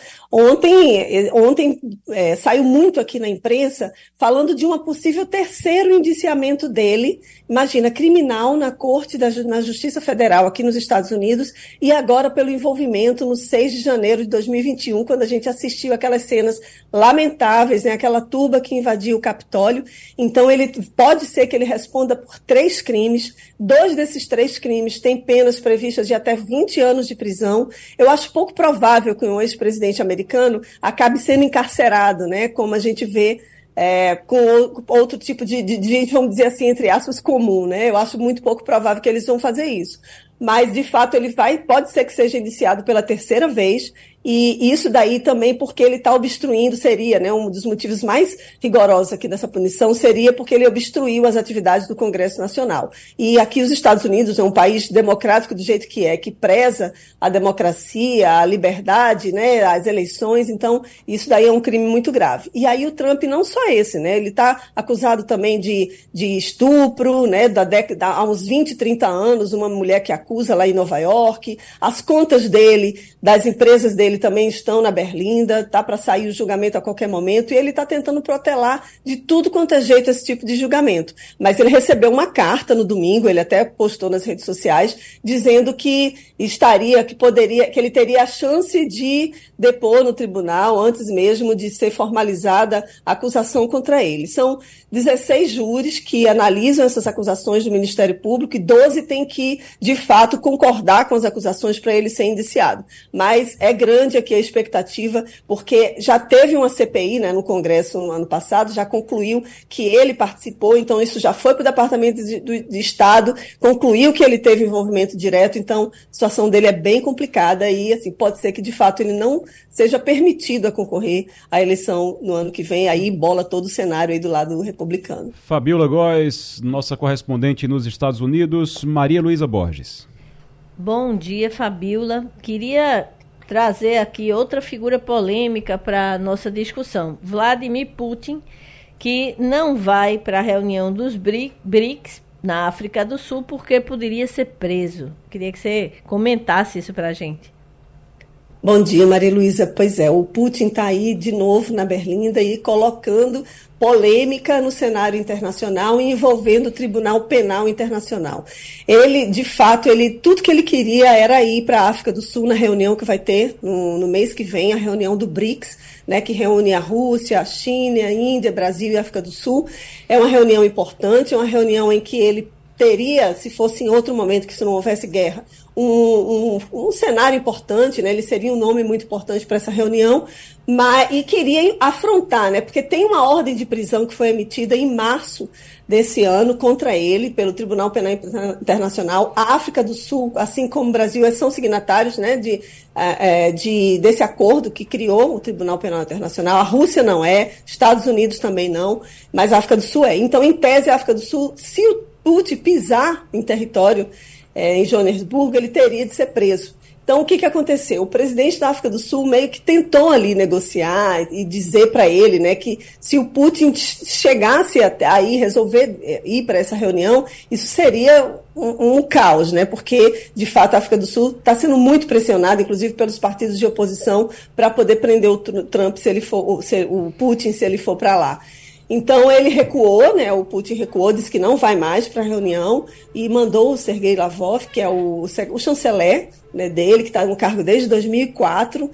Ontem, ontem é, saiu muito aqui na imprensa falando de um possível terceiro indiciamento dele, imagina, criminal na Corte da na Justiça Federal aqui nos Estados Unidos, e agora pelo envolvimento no seis de janeiro de dois mil e vinte e um, quando a gente assistiu aquelas cenas lamentáveis, né, aquela turba que invadiu o Capitólio. Então ele pode ser que ele responda por três crimes. Dois desses três crimes têm penas previstas de até vinte anos de prisão. Eu acho pouco provável que um ex-presidente americano acabe sendo encarcerado, né, como a gente vê É, com outro tipo de, de, de, vamos dizer assim, entre aspas, comum, né? Eu acho muito pouco provável que eles vão fazer isso. Mas, de fato, ele vai, pode ser que seja indiciado pela terceira vez, e isso daí também porque ele está obstruindo, seria, né, um dos motivos mais rigorosos aqui dessa punição, seria porque ele obstruiu as atividades do Congresso Nacional. E aqui os Estados Unidos é um país democrático do jeito que é, que preza a democracia, a liberdade, né, as eleições, então isso daí é um crime muito grave. E aí o Trump, não só esse, né, ele está acusado também de, de estupro, né, da década, há uns vinte, trinta anos, uma mulher que acusa lá em Nova York, as contas dele, das empresas dele também estão na berlinda, tá para sair o julgamento a qualquer momento, e ele está tentando protelar de tudo quanto é jeito esse tipo de julgamento. Mas ele recebeu uma carta no domingo, ele até postou nas redes sociais, dizendo que estaria, que poderia, que ele teria a chance de depor no tribunal antes mesmo de ser formalizada a acusação contra ele. São dezesseis júris que analisam essas acusações do Ministério Público e doze têm que, de fato, concordar com as acusações para ele ser indiciado. Mas é grande aqui a expectativa, porque já teve uma C P I, né, no Congresso no ano passado, já concluiu que ele participou, então isso já foi para o Departamento de, de Estado, concluiu que ele teve envolvimento direto, então a situação dele é bem complicada e assim, pode ser que, de fato, ele não seja permitido a concorrer à eleição no ano que vem, aí bola todo o cenário aí do lado republicano. Fabíola Góes, nossa correspondente nos Estados Unidos, Maria Luísa Borges. Bom dia, Fabíola. Queria trazer aqui outra figura polêmica para a nossa discussão. Vladimir Putin, que não vai para a reunião dos B R I C S na África do Sul porque poderia ser preso. Queria que você comentasse isso para a gente. Bom dia, Maria Luísa. Pois é, o Putin está aí de novo na Berlinda e colocando polêmica no cenário internacional e envolvendo o Tribunal Penal Internacional. Ele, de fato, ele, tudo que ele queria era ir para a África do Sul na reunião que vai ter no, no mês que vem, a reunião do BRICS, né, que reúne a Rússia, a China, a Índia, Brasil e a África do Sul. É uma reunião importante, é uma reunião em que ele teria, se fosse em outro momento que se não houvesse guerra, um, um, um cenário importante, né? Ele seria um nome muito importante para essa reunião, mas, e queria afrontar, né? Porque tem uma ordem de prisão que foi emitida em março desse ano contra ele pelo Tribunal Penal Internacional. A África do Sul, assim como o Brasil, são signatários, né, de, de, desse acordo que criou o Tribunal Penal Internacional. A Rússia não é, Estados Unidos também não, mas a África do Sul é. Então, em tese, a África do Sul, se o Putin pisar em território é, em Joanesburgo, ele teria de ser preso. Então, o que, que aconteceu? O presidente da África do Sul meio que tentou ali negociar e dizer para ele, né, que se o Putin chegasse até aí, resolver ir para essa reunião, isso seria um, um caos, né, porque, de fato, a África do Sul está sendo muito pressionada, inclusive pelos partidos de oposição, para poder prender o Trump, se ele for, se, o Putin, se ele for para lá. Então, ele recuou, né, o Putin recuou, disse que não vai mais para a reunião e mandou o Sergei Lavrov, que é o, o chanceler, né, dele, que está no cargo desde dois mil e quatro,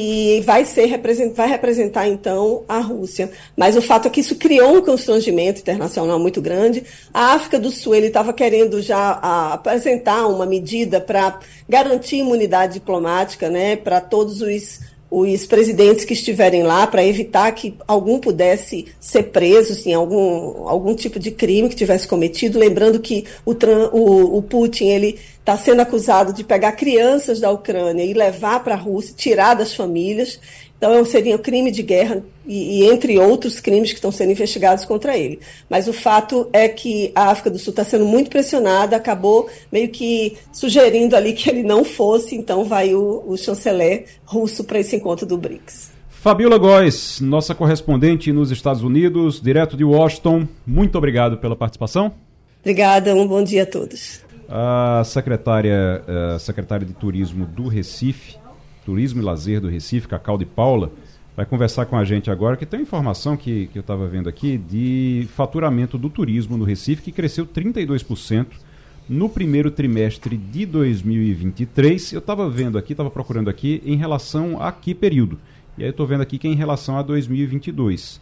e vai, ser, vai representar, então, a Rússia. Mas o fato é que isso criou um constrangimento internacional muito grande. A África do Sul, ele estava querendo já a, apresentar uma medida para garantir imunidade diplomática, né, para todos os... os presidentes que estiverem lá, para evitar que algum pudesse ser preso em algum, algum tipo de crime que tivesse cometido. Lembrando que o, o, o Putin ele está sendo acusado de pegar crianças da Ucrânia e levar para a Rússia, tirar das famílias. Então, seria um crime de guerra e, e entre outros crimes que estão sendo investigados contra ele. Mas o fato é que a África do Sul está sendo muito pressionada, acabou meio que sugerindo ali que ele não fosse, então vai o, o chanceler russo para esse encontro do BRICS. Fabiola Góes, nossa correspondente nos Estados Unidos, direto de Washington, muito obrigado pela participação. Obrigada, um bom dia a todos. A secretária, a secretária de Turismo do Recife, Turismo e Lazer do Recife, Cacau de Paula, vai conversar com a gente agora, que tem uma informação que, que eu estava vendo aqui de faturamento do turismo no Recife, que cresceu trinta e dois por cento no primeiro trimestre de dois mil e vinte e três. Eu estava vendo aqui, estava procurando aqui, em relação a que período? E aí eu estou vendo aqui que é em relação a dois mil e vinte e dois.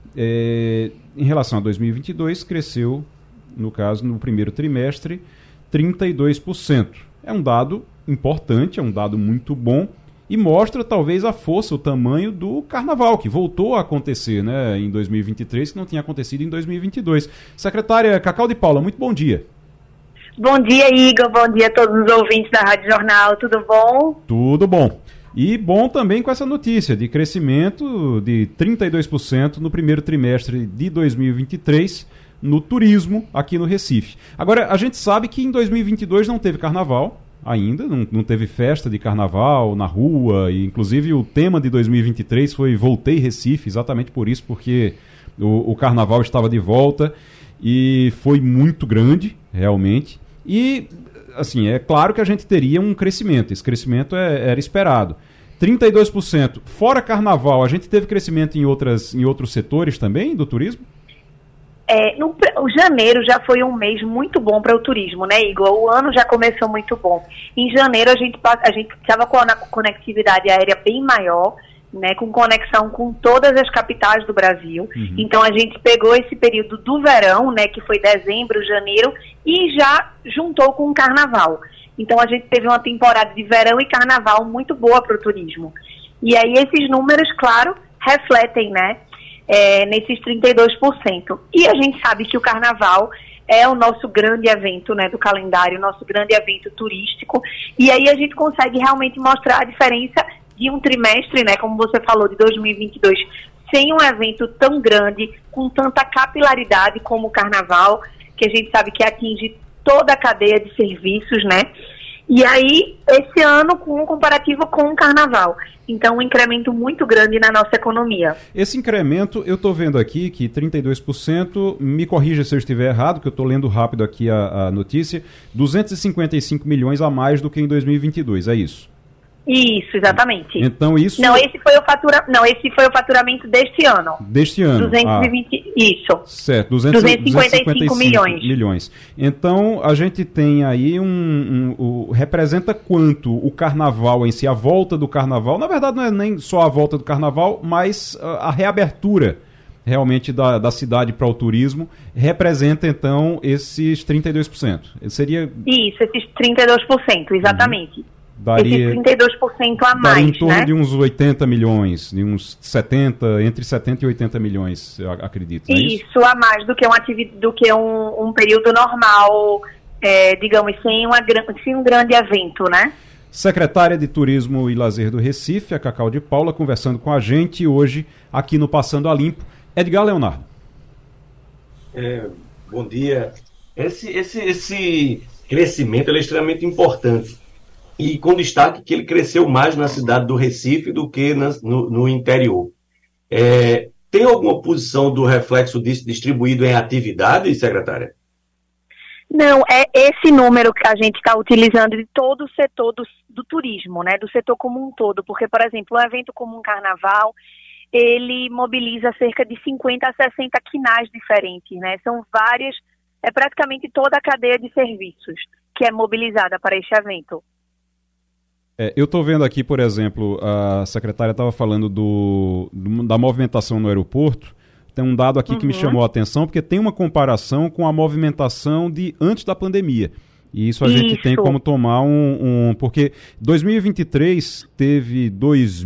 É, em relação a dois mil e vinte e dois, cresceu, no caso, no primeiro trimestre, trinta e dois por cento. É um dado importante, é um dado muito bom, e mostra talvez a força, o tamanho do carnaval, que voltou a acontecer, né, em dois mil e vinte e três, que não tinha acontecido em dois mil e vinte e dois. Secretária Cacau de Paula, muito bom dia. Bom dia, Igor, bom dia a todos os ouvintes da Rádio Jornal, tudo bom? Tudo bom. E bom também com essa notícia de crescimento de trinta e dois por cento no primeiro trimestre de dois mil e vinte e três no turismo aqui no Recife. Agora, a gente sabe que em dois mil e vinte e dois não teve carnaval, ainda, não, não teve festa de carnaval na rua, e inclusive o tema de dois mil e vinte e três foi Voltei Recife, exatamente por isso, porque o, o carnaval estava de volta e foi muito grande, realmente, e assim, é claro que a gente teria um crescimento, esse crescimento é, era esperado. trinta e dois por cento, fora carnaval, a gente teve crescimento em, outras, em outros setores também do turismo? É, no, o janeiro já foi um mês muito bom para o turismo, né, Igor? O ano já começou muito bom. Em janeiro a gente a gente estava com a conectividade aérea bem maior, né, com conexão com todas as capitais do Brasil. Uhum. Então a gente pegou esse período do verão, né, que foi dezembro, janeiro, e já juntou com o carnaval. Então a gente teve uma temporada de verão e carnaval muito boa para o turismo. E aí esses números, claro, refletem, né, É, nesses trinta e dois por cento. E a gente sabe que o carnaval é o nosso grande evento, né, do calendário, nosso grande evento turístico, e aí a gente consegue realmente mostrar a diferença de um trimestre, né, como você falou, de dois mil e vinte e dois, sem um evento tão grande, com tanta capilaridade como o carnaval, que a gente sabe que atinge toda a cadeia de serviços, né? E aí, esse ano, com um comparativo com o carnaval. Então, um incremento muito grande na nossa economia. Esse incremento, eu estou vendo aqui que trinta e dois por cento, me corrija se eu estiver errado, que eu estou lendo rápido aqui a, a notícia, duzentos e cinquenta e cinco milhões a mais do que em dois mil e vinte e dois, é isso? Isso, exatamente. Então isso... Não, esse foi o, fatura... Não, esse foi o faturamento deste ano. Deste ano. duzentos e vinte... Ah, isso. Certo, duzentos, duzentos e cinquenta e cinco milhões. milhões. Então, a gente tem aí um... um, um representa quanto o carnaval em si, a volta do carnaval. Na verdade, não é nem só a volta do carnaval, mas a, a reabertura realmente da, da cidade para o turismo representa, então, esses trinta e dois por cento. Seria... Isso, esses trinta e dois por cento, exatamente. Uhum. Daria, esses trinta e dois por cento a mais, em torno né? de uns oitenta milhões, de uns setenta, entre setenta e oitenta milhões, eu acredito. Não é isso? Isso, a mais do que um, ativi- do que um, um período normal, é, digamos, sem, uma, sem um grande evento, né? Secretária de Turismo e Lazer do Recife, a Cacau de Paula, conversando com a gente hoje aqui no Passando a Limpo. Edgar Leonardo. É, bom dia. Esse, esse, esse crescimento ele é extremamente importante. E com destaque que ele cresceu mais na cidade do Recife do que na, no, no interior. É, tem alguma posição do reflexo disso distribuído em atividades, secretária? Não, é esse número que a gente está utilizando de todo o setor do, do turismo, né, do setor como um todo, porque, por exemplo, um evento como um carnaval, ele mobiliza cerca de cinquenta a sessenta quinais diferentes, né, são várias, é praticamente toda a cadeia de serviços que é mobilizada para este evento. É, eu estou vendo aqui, por exemplo, a secretária estava falando do, do, da movimentação no aeroporto. Tem um dado aqui uhum. que me chamou a atenção, porque tem uma comparação com a movimentação de antes da pandemia. E isso a isso. gente tem como tomar um... um porque dois mil e vinte e três teve dois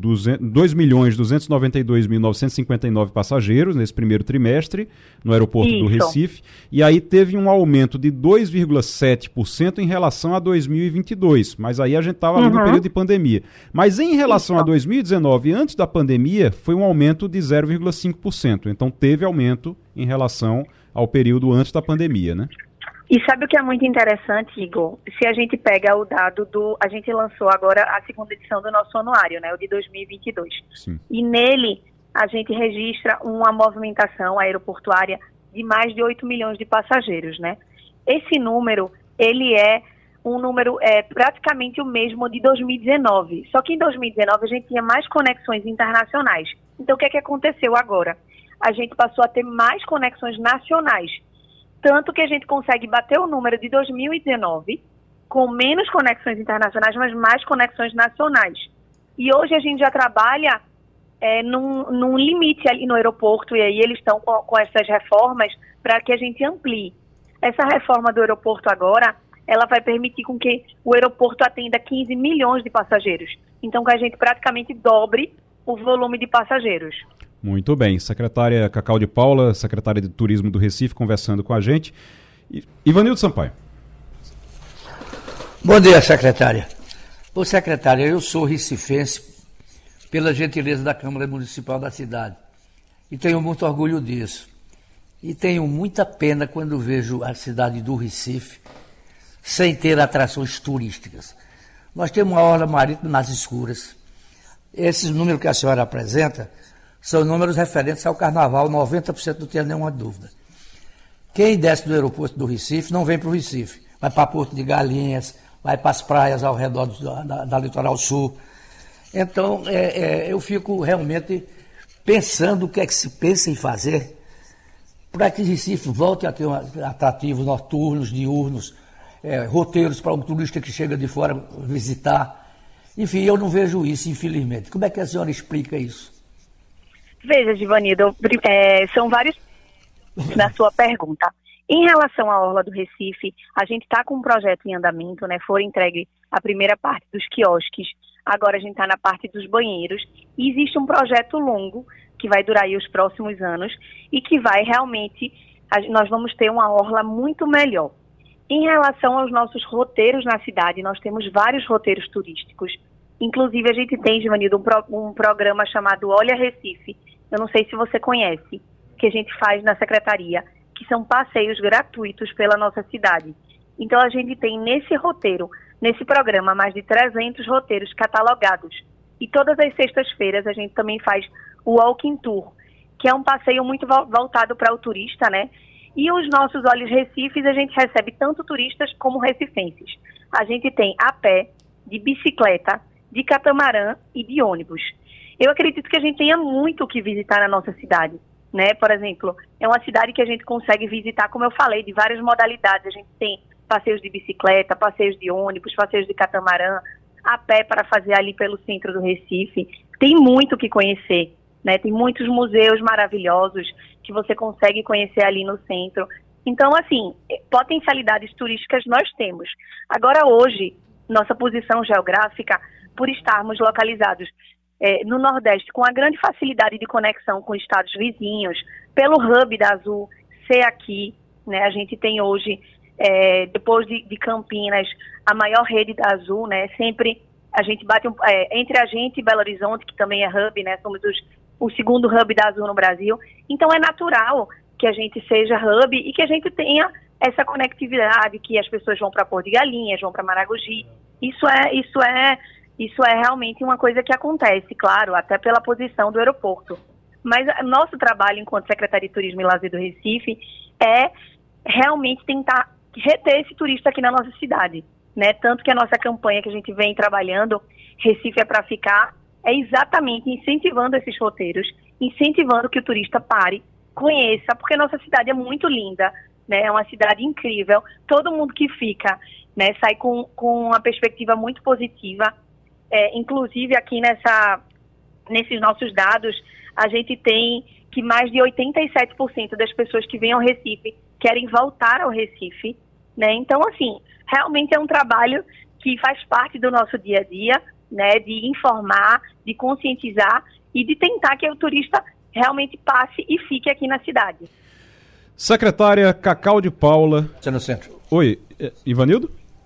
milhões duzentos e noventa e dois mil novecentos e cinquenta e nove passageiros nesse primeiro trimestre no aeroporto isso. do Recife. E aí teve um aumento de dois vírgula sete por cento em relação a dois mil e vinte e dois. Mas aí a gente estava uhum. ali no período de pandemia. Mas em relação isso. a dois mil e dezenove, antes da pandemia, foi um aumento de zero vírgula cinco por cento. Então teve aumento em relação ao período antes da pandemia, né? E sabe o que é muito interessante, Igor? Se a gente pega o dado do... A gente lançou agora a segunda edição do nosso anuário, né? O de dois mil e vinte e dois. Sim. E nele, a gente registra uma movimentação aeroportuária de mais de oito milhões de passageiros, né? Esse número, ele é um número é, praticamente o mesmo de dois mil e dezenove. Só que em dois mil e dezenove a gente tinha mais conexões internacionais. Então, o que é que aconteceu agora? A gente passou a ter mais conexões nacionais. Tanto que a gente consegue bater o número de dois mil e dezenove com menos conexões internacionais, mas mais conexões nacionais. E hoje a gente já trabalha é, num, num limite ali no aeroporto, e aí eles estão com, com essas reformas para que a gente amplie. Essa reforma do aeroporto agora, ela vai permitir com que o aeroporto atenda quinze milhões de passageiros. Então, que a gente praticamente dobre o volume de passageiros. Muito bem. Secretária Cacau de Paula, secretária de Turismo do Recife, conversando com a gente. Ivanildo Sampaio. Bom dia, secretária. Ô, secretária, eu sou recifense pela gentileza da Câmara Municipal da cidade. E tenho muito orgulho disso. E tenho muita pena quando vejo a cidade do Recife sem ter atrações turísticas. Nós temos uma orla marítima nas escuras. Esses números que a senhora apresenta são números referentes ao carnaval, noventa por cento não tem nenhuma dúvida. Quem desce do aeroporto do Recife não vem para o Recife, vai para Porto de Galinhas, vai para as praias ao redor do, da, da Litoral Sul. Então, é, é, eu fico realmente pensando o que é que se pensa em fazer para que Recife volte a ter um, atrativos noturnos, diurnos, é, roteiros para um turista que chega de fora visitar. Enfim, eu não vejo isso, infelizmente. Como é que a senhora explica isso? Veja, Givanildo, é, são vários na sua pergunta. Em relação à Orla do Recife, a gente está com um projeto em andamento, né? Foi entregue a primeira parte dos quiosques, agora a gente está na parte dos banheiros, e existe um projeto longo que vai durar aí os próximos anos e que vai realmente, a, nós vamos ter uma orla muito melhor. Em relação aos nossos roteiros na cidade, nós temos vários roteiros turísticos. Inclusive, a gente tem, Givanildo, um, pro, um programa chamado Olha Recife. Eu não sei se você conhece, que a gente faz na secretaria, que são passeios gratuitos pela nossa cidade. Então, a gente tem nesse roteiro, nesse programa, mais de trezentos roteiros catalogados. E todas as sextas-feiras a gente também faz o Walking Tour, que é um passeio muito voltado para o turista, né? E os nossos Olhos Recifes, a gente recebe tanto turistas como recifenses. A gente tem a pé, de bicicleta, de catamarã e de ônibus. Eu acredito que a gente tenha muito o que visitar na nossa cidade, né? Por exemplo, é uma cidade que a gente consegue visitar, como eu falei, de várias modalidades. A gente tem passeios de bicicleta, passeios de ônibus, passeios de catamarã, a pé para fazer ali pelo centro do Recife. Tem muito o que conhecer, né? Tem muitos museus maravilhosos que você consegue conhecer ali no centro. Então, assim, potencialidades turísticas nós temos. Agora, hoje, nossa posição geográfica, por estarmos localizados é, no Nordeste, com a grande facilidade de conexão com estados vizinhos, pelo hub da Azul ser aqui, né? A gente tem hoje, é, depois de, de Campinas, a maior rede da Azul, né? Sempre a gente bate um, é, entre a gente e Belo Horizonte, que também é hub, né? Somos os, o segundo hub da Azul no Brasil. Então é natural que a gente seja hub e que a gente tenha essa conectividade, que as pessoas vão para Porto de Galinhas, vão para Maragogi. Isso é, isso é, isso é realmente uma coisa que acontece, claro, até pela posição do aeroporto. Mas nosso trabalho enquanto Secretaria de Turismo e Lazer do Recife é realmente tentar reter esse turista aqui na nossa cidade, né? Tanto que a nossa campanha que a gente vem trabalhando, Recife é para ficar, é exatamente incentivando esses roteiros, incentivando que o turista pare, conheça, porque nossa cidade é muito linda, né? É uma cidade incrível. Todo mundo que fica, né, sai com, com uma perspectiva muito positiva. É, inclusive aqui nessa, nesses nossos dados, a gente tem que mais de oitenta e sete por cento das pessoas que vêm ao Recife querem voltar ao Recife, né? Então, assim, realmente é um trabalho que faz parte do nosso dia a dia, né? De informar, de conscientizar e de tentar que o turista realmente passe e fique aqui na cidade. Secretária Cacau de Paula. Você no centro. Oi, Ivanildo?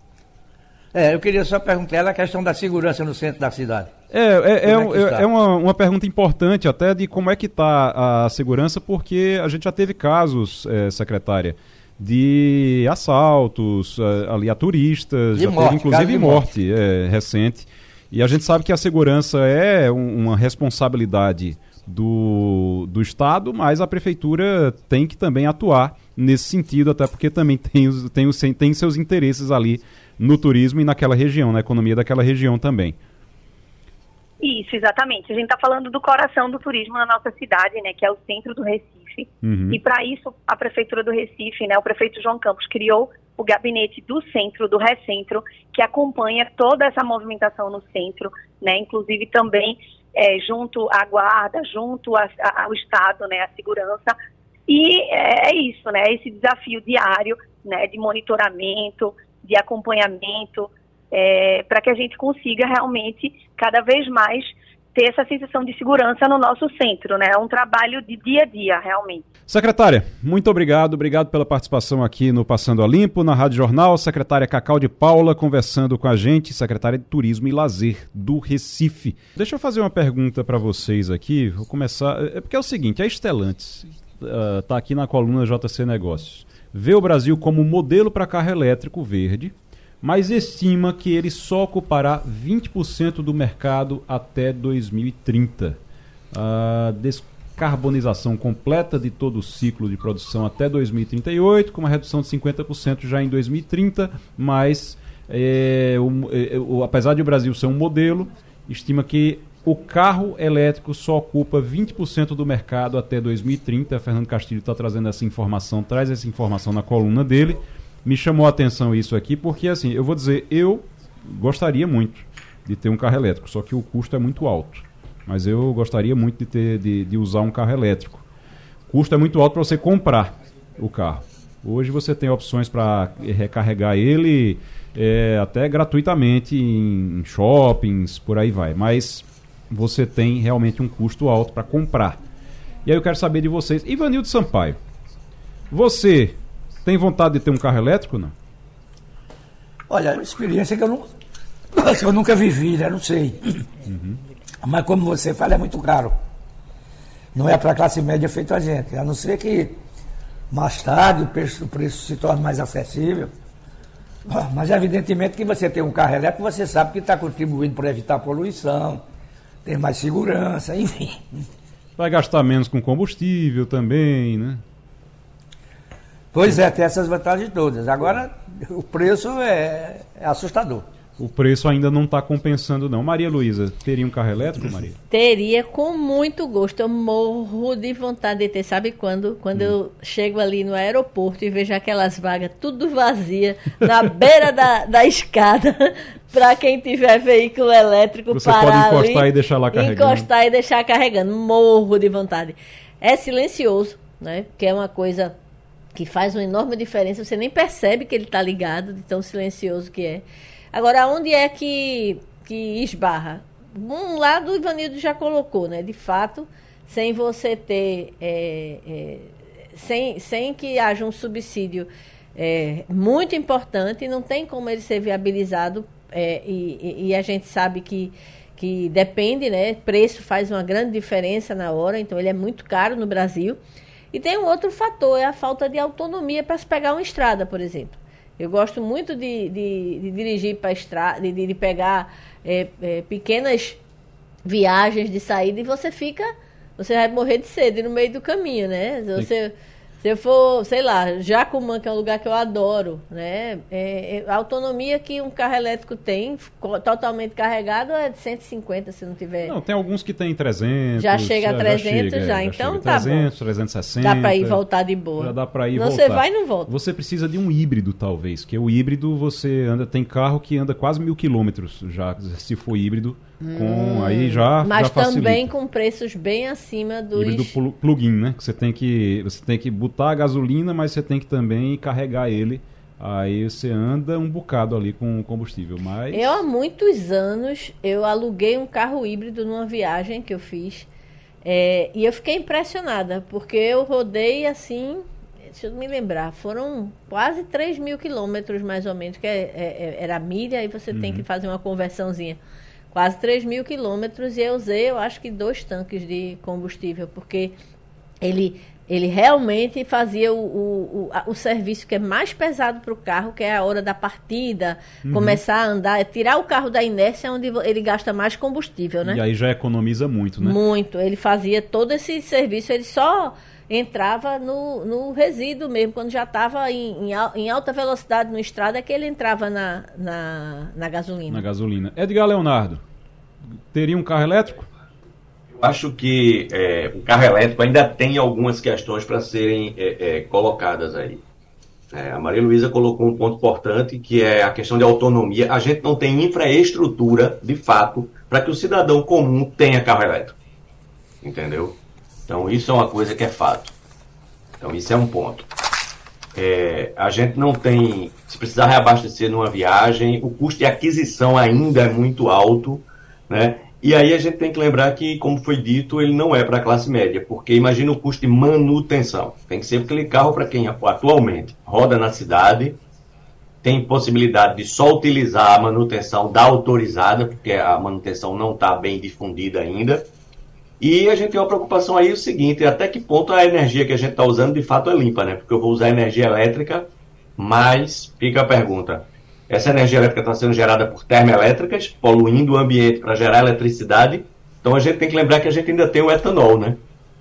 É, eu queria só perguntar ela a questão da segurança no centro da cidade. É, é, é, é, é uma, uma pergunta importante até de como é que está a segurança, porque a gente já teve casos, é, secretária, de assaltos ali a turistas, já morte, teve inclusive morte, morte. É, recente. E a gente sabe que a segurança é um, uma responsabilidade do, do Estado, mas a Prefeitura tem que também atuar nesse sentido, até porque também tem, os, tem, os, tem seus interesses ali no turismo e naquela região, na economia daquela região também. Isso, exatamente. A gente está falando do coração do turismo na nossa cidade, né, que é o centro do Recife. Uhum. E para isso, a Prefeitura do Recife, né, o prefeito João Campos, criou o gabinete do centro, do Recentro, que acompanha toda essa movimentação no centro, né, inclusive também é, junto à guarda, junto a, a, ao Estado, né, à segurança. E é, é isso, né, esse desafio diário, né, de monitoramento, de acompanhamento, é, para que a gente consiga realmente, cada vez mais, ter essa sensação de segurança no nosso centro, né? É um trabalho de dia a dia, realmente. Secretária, muito obrigado. Obrigado pela participação aqui no Passando a Limpo, na Rádio Jornal. Secretária Cacau de Paula conversando com a gente, secretária de Turismo e Lazer do Recife. Deixa eu fazer uma pergunta para vocês aqui. Vou começar... É porque é o seguinte, a Stellantis está uh, aqui na coluna J C Negócios. Vê o Brasil como modelo para carro elétrico verde, mas estima que ele só ocupará vinte por cento do mercado até dois mil e trinta. A descarbonização completa de todo o ciclo de produção até dois mil e trinta e oito, com uma redução de cinquenta por cento já em dois mil e trinta, mas é, o, o, apesar de o Brasil ser um modelo, estima que o carro elétrico só ocupa vinte por cento do mercado até dois mil e trinta. Fernando Castilho está trazendo essa informação, traz essa informação na coluna dele. Me chamou a atenção isso aqui, porque assim, eu vou dizer, eu gostaria muito de ter um carro elétrico, só que o custo é muito alto. Mas eu gostaria muito de, ter, de, de usar um carro elétrico. O custo é muito alto para você comprar o carro. Hoje você tem opções para recarregar ele é, até gratuitamente em shoppings, por aí vai. Mas você tem realmente um custo alto para comprar. E aí eu quero saber de vocês. Ivanildo Sampaio, você... tem vontade de ter um carro elétrico, não? Olha, é uma experiência que eu, não, que eu nunca vivi, né? Não sei. Uhum. Mas como você fala, é muito caro. Não é para a classe média feito a gente. A não ser que mais tarde o preço, o preço se torne mais acessível. Mas evidentemente que você tem um carro elétrico, você sabe que está contribuindo para evitar poluição, ter mais segurança, enfim. Vai gastar menos com combustível também, né? Pois é, tem essas vantagens todas. Agora, o preço é, é assustador. o preço ainda não está compensando, não. Maria Luísa, teria um carro elétrico, Maria? Teria, com muito gosto. Eu morro de vontade de ter. Sabe quando? Quando hum. eu chego ali no aeroporto e vejo aquelas vagas tudo vazia, na beira da, da escada, para quem tiver veículo elétrico, você parar pode encostar ali, e deixar lá carregando. Encostar e deixar carregando. Morro de vontade. É silencioso, né? Que é uma coisa que faz uma enorme diferença. Você nem percebe que ele está ligado, de tão silencioso que é. Agora, onde é que, que esbarra? Um lado o Ivanildo já colocou, né? De fato, sem você ter, é, é, sem, sem que haja um subsídio é, muito importante, não tem como ele ser viabilizado, é, e, e a gente sabe que, que depende, né? Preço faz uma grande diferença na hora, então ele é muito caro no Brasil. E tem um outro fator, é a falta de autonomia para se pegar uma estrada, por exemplo. Eu gosto muito de, de, de dirigir para a estrada, de, de pegar é, é, pequenas viagens de saída e você fica, você vai morrer de sede no meio do caminho, né? Se você, se eu for, sei lá, Jacumã, que é um lugar que eu adoro, né? É, é, a autonomia que um carro elétrico tem, totalmente carregado, é de cento e cinquenta, se não tiver. Não, tem alguns que tem trezentos. Já chega a trezentos, já, chega, já. Então já tá trezentos, bom. trezentos e sessenta. Dá para ir voltar de boa. Já dá para ir não, voltar. Você vai e não volta. Você precisa de um híbrido, talvez, que o híbrido você anda, tem carro que anda quase mil quilômetros já, se for híbrido. Com, hum, aí já, mas já facilita. Também com preços bem acima dos... Híbrido plug-in, né? Que você tem que, você tem que botar a gasolina, mas você tem que também carregar ele. Aí você anda um bocado ali com combustível, mas... Eu há muitos anos, eu aluguei um carro híbrido numa viagem que eu fiz. É, e eu fiquei impressionada, porque eu rodei assim... Deixa eu me lembrar, foram quase três mil quilômetros mais ou menos, que é, é, era a milha, aí você uhum. tem que fazer uma conversãozinha. Quase três mil quilômetros, e eu usei, eu acho que dois tanques de combustível, porque ele, ele realmente fazia o, o, o, o serviço que é mais pesado para o carro, que é a hora da partida, uhum. começar a andar, tirar o carro da inércia, onde ele gasta mais combustível, né? E aí já economiza muito, né? Muito, ele fazia todo esse serviço, ele só entrava no, no resíduo mesmo, quando já estava em, em, em alta velocidade no estrada, é que ele entrava na, na, na gasolina. Na gasolina. Edgar Leonardo, teria um carro elétrico? Eu acho que é, o carro elétrico ainda tem algumas questões para serem é, é, colocadas aí. É, a Maria Luísa colocou um ponto importante, que é a questão de autonomia. A gente não tem infraestrutura, de fato, para que o cidadão comum tenha carro elétrico. Entendeu? Então, isso é uma coisa que é fato. Então, isso é um ponto. É, a gente não tem... Se precisar reabastecer numa viagem, o custo de aquisição ainda é muito alto, né? E aí a gente tem que lembrar que, como foi dito, ele não é para a classe média, porque imagina o custo de manutenção. Tem que ser aquele carro para quem atualmente roda na cidade, tem possibilidade de só utilizar a manutenção da autorizada, porque a manutenção não está bem difundida ainda. E a gente tem uma preocupação aí o seguinte, até que ponto a energia que a gente está usando de fato é limpa, né? Porque eu vou usar energia elétrica, mas fica a pergunta, essa energia elétrica está sendo gerada por termoelétricas, poluindo o ambiente para gerar eletricidade, então a gente tem que lembrar que a gente ainda tem o etanol, né?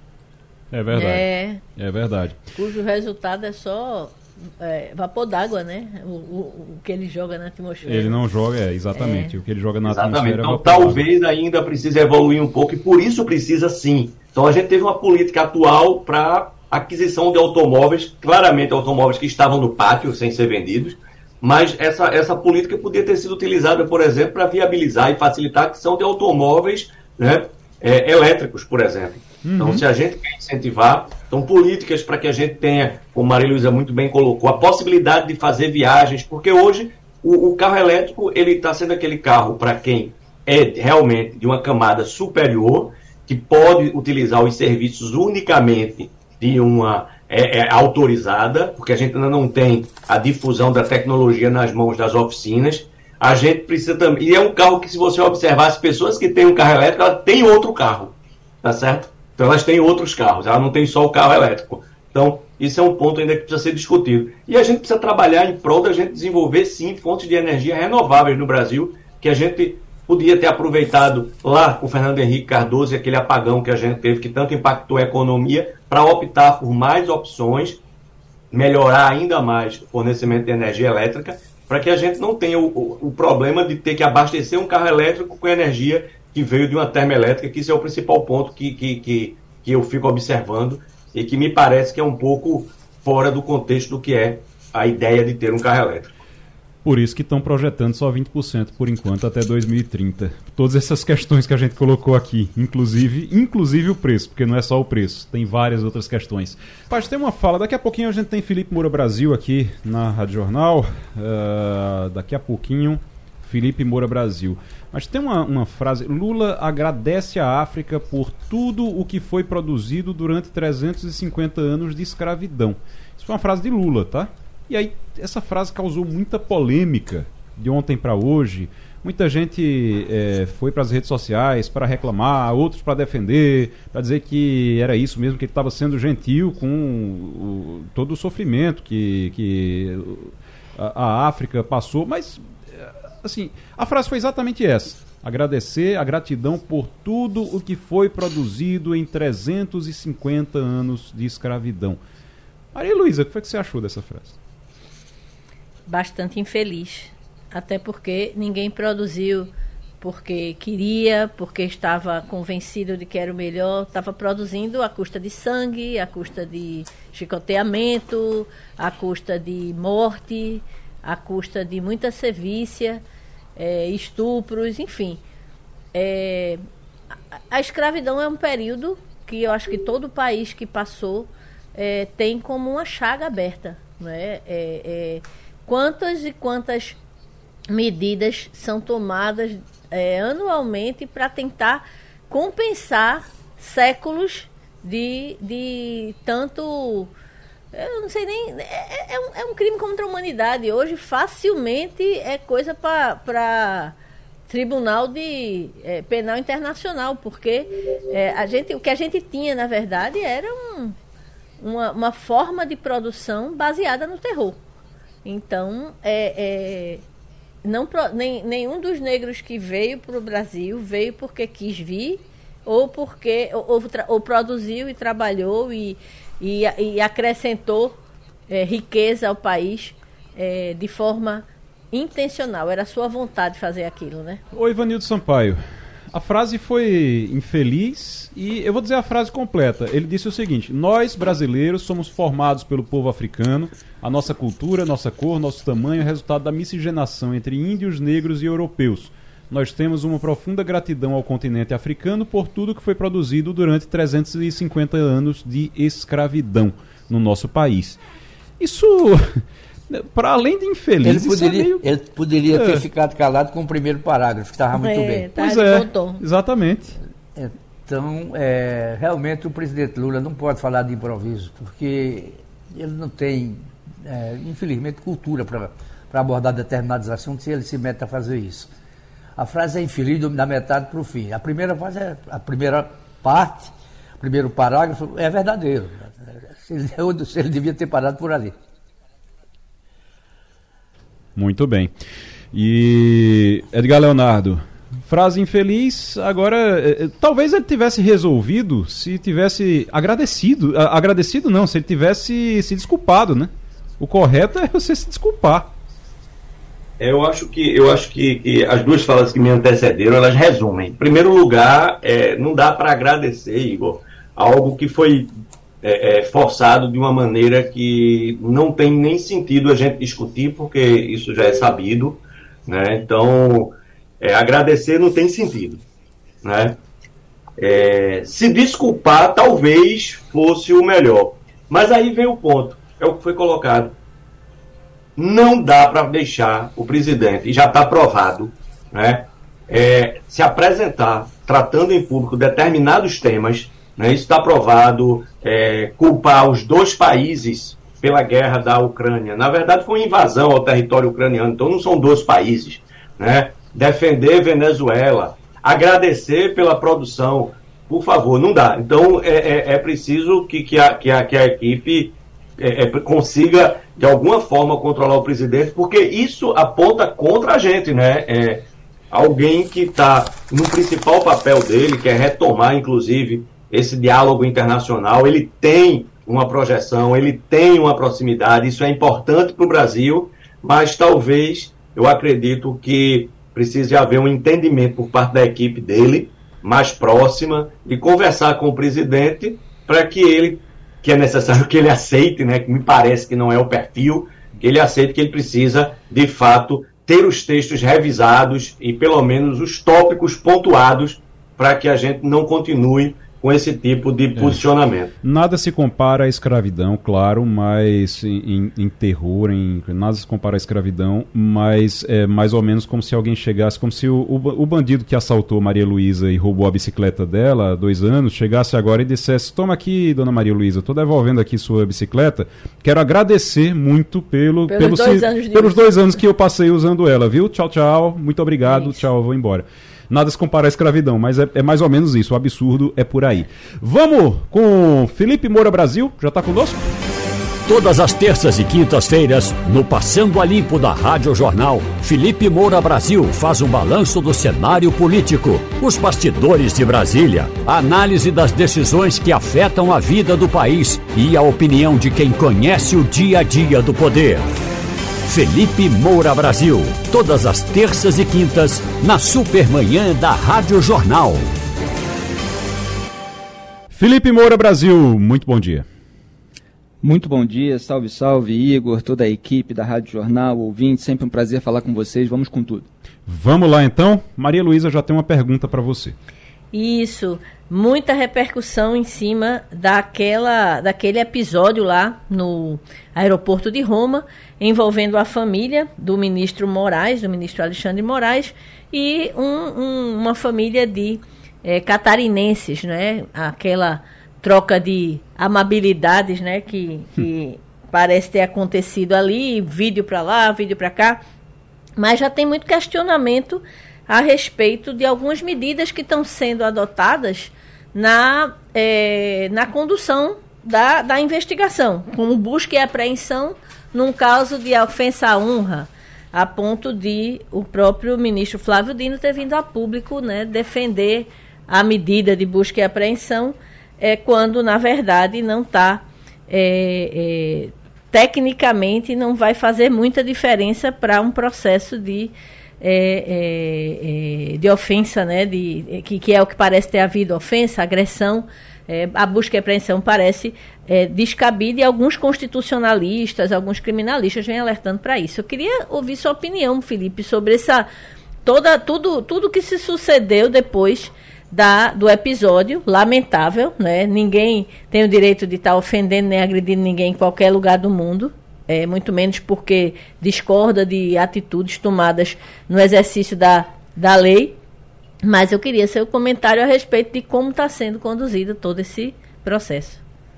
É verdade, é, é verdade. Cujo resultado é só... É, vapor d'água, né? O, o, o que ele joga na atmosfera. Ele não joga, é, exatamente. É. O que ele joga na exatamente. atmosfera Então, é vapor talvez d'água. Ainda precise evoluir um pouco, e por isso precisa sim. Então, a gente teve uma política atual para aquisição de automóveis, claramente automóveis que estavam no pátio, sem ser vendidos, mas essa, essa política podia ter sido utilizada, por exemplo, para viabilizar e facilitar a aquisição de automóveis, né, é, elétricos, por exemplo. Uhum. Então, se a gente quer incentivar, então políticas para que a gente tenha, como Maria Luísa muito bem colocou, a possibilidade de fazer viagens, porque hoje o, o carro elétrico ele está sendo aquele carro para quem é realmente de uma camada superior, que pode utilizar os serviços unicamente de uma é, é, autorizada, porque a gente ainda não tem a difusão da tecnologia nas mãos das oficinas. A gente precisa também, e é um carro que, se você observar, as pessoas que têm um carro elétrico, elas têm outro carro, tá certo? Então elas têm outros carros, ela não tem só o carro elétrico. Então, isso é um ponto ainda que precisa ser discutido. E a gente precisa trabalhar em prol da gente desenvolver, sim, fontes de energia renováveis no Brasil, que a gente podia ter aproveitado lá com o Fernando Henrique Cardoso e aquele apagão que a gente teve, que tanto impactou a economia, para optar por mais opções, melhorar ainda mais o fornecimento de energia elétrica para que a gente não tenha o, o, o problema de ter que abastecer um carro elétrico com energia que veio de uma termoelétrica, que isso é o principal ponto que, que, que, que eu fico observando e que me parece que é um pouco fora do contexto do que é a ideia de ter um carro elétrico. Por isso que estão projetando só vinte por cento por enquanto até dois mil e trinta. Todas essas questões que a gente colocou aqui, inclusive, inclusive o preço, porque não é só o preço, tem várias outras questões. Paz, tem uma fala, daqui a pouquinho a gente tem Felipe Moura Brasil aqui na Rádio Jornal, uh, daqui a pouquinho Felipe Moura Brasil. Mas tem uma, uma frase, Lula agradece à África por tudo o que foi produzido durante trezentos e cinquenta anos de escravidão. Isso foi uma frase de Lula, tá? E aí, essa frase causou muita polêmica de ontem para hoje. Muita gente é, foi para as redes sociais para reclamar, outros para defender, para dizer que era isso mesmo, que ele estava sendo gentil com o, todo o sofrimento que, que a, a África passou. Mas, assim, a frase foi exatamente essa. Agradecer a gratidão por tudo o que foi produzido em trezentos e cinquenta anos de escravidão. Maria Luísa, o que foi que você achou dessa frase? Bastante infeliz, até porque ninguém produziu porque queria, porque estava convencido de que era o melhor, estava produzindo à custa de sangue, à custa de chicoteamento, à custa de morte, à custa de muita sevícia, é, estupros, enfim. É, a, a escravidão é um período que eu acho que todo país que passou é, tem como uma chaga aberta, né? É, é, Quantas e quantas medidas são tomadas é, anualmente para tentar compensar séculos de, de tanto... Eu não sei nem... É, é, um, é um crime contra a humanidade. Hoje, facilmente, é coisa para Tribunal de é, Penal Internacional, porque é, a gente, o que a gente tinha, na verdade, era um, uma, uma forma de produção baseada no terror. Então, é, é, não, nem, nenhum dos negros que veio para o Brasil veio porque quis vir, ou porque ou, ou, ou produziu e trabalhou e, e, e acrescentou é, riqueza ao país é, de forma intencional. Era a sua vontade de fazer aquilo, né? Oi, Ivanildo Sampaio. A frase foi infeliz e eu vou dizer a frase completa. Ele disse o seguinte: nós, brasileiros, somos formados pelo povo africano. A nossa cultura, nossa cor, nosso tamanho é resultado da miscigenação entre índios, negros e europeus. Nós temos uma profunda gratidão ao continente africano por tudo que foi produzido durante trezentos e cinquenta anos de escravidão no nosso país. Isso... Para além de infeliz, ele poderia, é meio... ele poderia é. ter ficado calado com o primeiro parágrafo, que estava muito é, bem. Tá, pois é, voltou. Exatamente. Então, é, realmente o presidente Lula não pode falar de improviso, porque ele não tem, é, infelizmente, cultura para abordar determinados assuntos e ele se mete a fazer isso. A frase é infeliz da metade para o fim. A primeira frase é, a primeira parte, o primeiro parágrafo é verdadeiro. Ele, ele devia ter parado por ali. Muito bem. E Edgar Leonardo, frase infeliz, agora, eh, talvez ele tivesse resolvido se tivesse agradecido, ah, agradecido não, se ele tivesse se desculpado, né? O correto é você se desculpar. Eu acho que, eu acho que, que as duas falas que me antecederam, elas resumem. Em primeiro lugar, é, não dá para agradecer, Igor, algo que foi É, é, forçado de uma maneira que não tem nem sentido a gente discutir, porque isso já é sabido, né? Então, é, agradecer não tem sentido, né? É, se desculpar talvez fosse o melhor, mas aí vem o ponto, é o que foi colocado. Não dá para deixar o presidente, e já está provado, né? É, se apresentar tratando em público determinados temas, né, isso está provado, é, culpar os dois países pela guerra da Ucrânia. Na verdade, foi uma invasão ao território ucraniano, então não são dois países. Né? Defender Venezuela, agradecer pela produção, por favor, não dá. Então, é, é, é preciso que, que, a, que, a, que a equipe é, é, consiga, de alguma forma, controlar o presidente, porque isso aponta contra a gente, né? É, alguém que está no principal papel dele, que é retomar, inclusive, esse diálogo internacional, ele tem uma projeção, ele tem uma proximidade, isso é importante para o Brasil, mas talvez, eu acredito que precise haver um entendimento por parte da equipe dele, mais próxima, e conversar com o presidente para que ele, que é necessário que ele aceite, né, que me parece que não é o perfil, que ele aceite que ele precisa, de fato, ter os textos revisados e pelo menos os tópicos pontuados para que a gente não continue com esse tipo de posicionamento. É. Nada se compara à escravidão, claro, mas em, em terror, em, nada se compara à escravidão, mas é mais ou menos como se alguém chegasse, como se o, o, o bandido que assaltou Maria Luísa e roubou a bicicleta dela há dois anos, chegasse agora e dissesse: toma aqui, dona Maria Luísa, estou devolvendo aqui sua bicicleta, quero agradecer muito pelo, pelos, pelo dois, se, anos pelos dois anos que eu passei usando ela, viu? Tchau, tchau, muito obrigado, é tchau, eu vou embora. Nada se compara à escravidão, mas é, é mais ou menos isso, o absurdo é por aí. Vamos com Felipe Moura Brasil, já está conosco? Todas as terças e quintas-feiras, no Passando a Limpo da Rádio Jornal, Felipe Moura Brasil faz um balanço do cenário político, os bastidores de Brasília, a análise das decisões que afetam a vida do país e a opinião de quem conhece o dia a dia do poder. Felipe Moura Brasil, todas as terças e quintas, na Supermanhã da Rádio Jornal. Felipe Moura Brasil, muito bom dia. Muito bom dia, salve, salve, Igor, toda a equipe da Rádio Jornal, ouvinte, sempre um prazer falar com vocês, vamos com tudo. Vamos lá então, Maria Luísa já tem uma pergunta para você. Isso, muita repercussão em cima daquela, daquele episódio lá no aeroporto de Roma, envolvendo a família do ministro Moraes, do ministro Alexandre Moraes, e um, um, uma família de é, catarinenses, né? Aquela troca de amabilidades, né? Que, que parece ter acontecido ali, vídeo para lá, vídeo para cá, mas já tem muito questionamento a respeito de algumas medidas que estão sendo adotadas na, é, na condução da, da investigação, como busca e apreensão num caso de ofensa à honra, a ponto de o próprio ministro Flávio Dino ter vindo a público, né, defender a medida de busca e apreensão, é, quando, na verdade, não está, é, é, tecnicamente, não vai fazer muita diferença para um processo de É, é, é, de ofensa, né, de, que, que é o que parece ter havido, ofensa, agressão, é, a busca e apreensão parece é, descabida, e alguns constitucionalistas, alguns criminalistas vêm alertando para isso. Eu queria ouvir sua opinião, Felipe, sobre essa, toda, tudo, tudo que se sucedeu depois da, do episódio, lamentável, né? Ninguém tem o direito de estar ofendendo nem agredindo ninguém em qualquer lugar do mundo. É, muito menos porque discorda de atitudes tomadas no exercício da, da lei, mas eu queria seu comentário a respeito de como está sendo conduzido todo esse processo.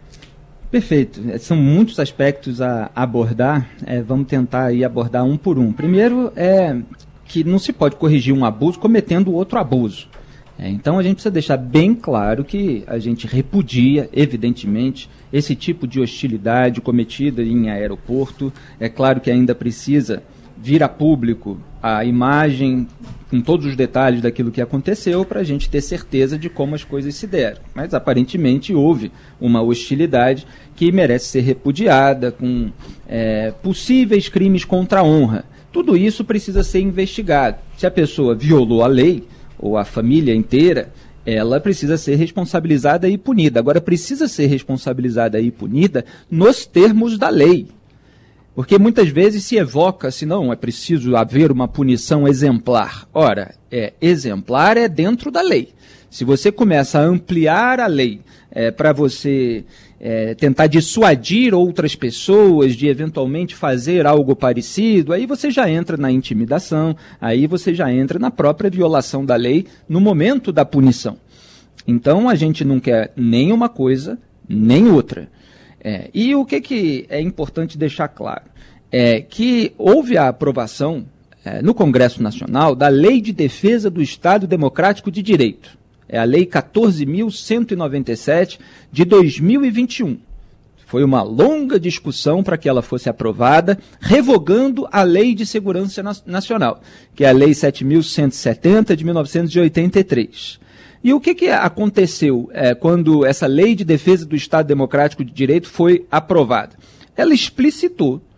Perfeito, são muitos aspectos a abordar, é, vamos tentar aí abordar um por um. Primeiro é que não se pode corrigir um abuso cometendo outro abuso. É, então a gente precisa deixar bem claro que a gente repudia, evidentemente, esse tipo de hostilidade cometida em aeroporto. É claro que ainda precisa vir a público a imagem com todos os detalhes daquilo que aconteceu para a gente ter certeza de como as coisas se deram. Mas aparentemente houve uma hostilidade que merece ser repudiada, com é, possíveis crimes contra a honra. Tudo isso precisa ser investigado. Se a pessoa violou a lei, ou a família inteira, ela precisa ser responsabilizada e punida. Agora, precisa ser responsabilizada e punida nos termos da lei. Porque muitas vezes se evoca, se não, é preciso haver uma punição exemplar. Ora, é, exemplar é dentro da lei. Se você começa a ampliar a lei é, para você é, tentar dissuadir outras pessoas de eventualmente fazer algo parecido, aí você já entra na intimidação, aí você já entra na própria violação da lei no momento da punição. Então a gente não quer nem uma coisa, nem outra. É, e o que, que é importante deixar claro? É que houve a aprovação é, no Congresso Nacional da Lei de Defesa do Estado Democrático de Direito. É a Lei quatorze mil cento e noventa e sete de dois mil e vinte e um. Foi uma longa discussão para que ela fosse aprovada, revogando a Lei de Segurança Nacional, que é a Lei sete mil cento e setenta de mil novecentos e oitenta e três. E o que, que aconteceu é, quando essa Lei de Defesa do Estado Democrático de Direito foi aprovada? Ela explicitou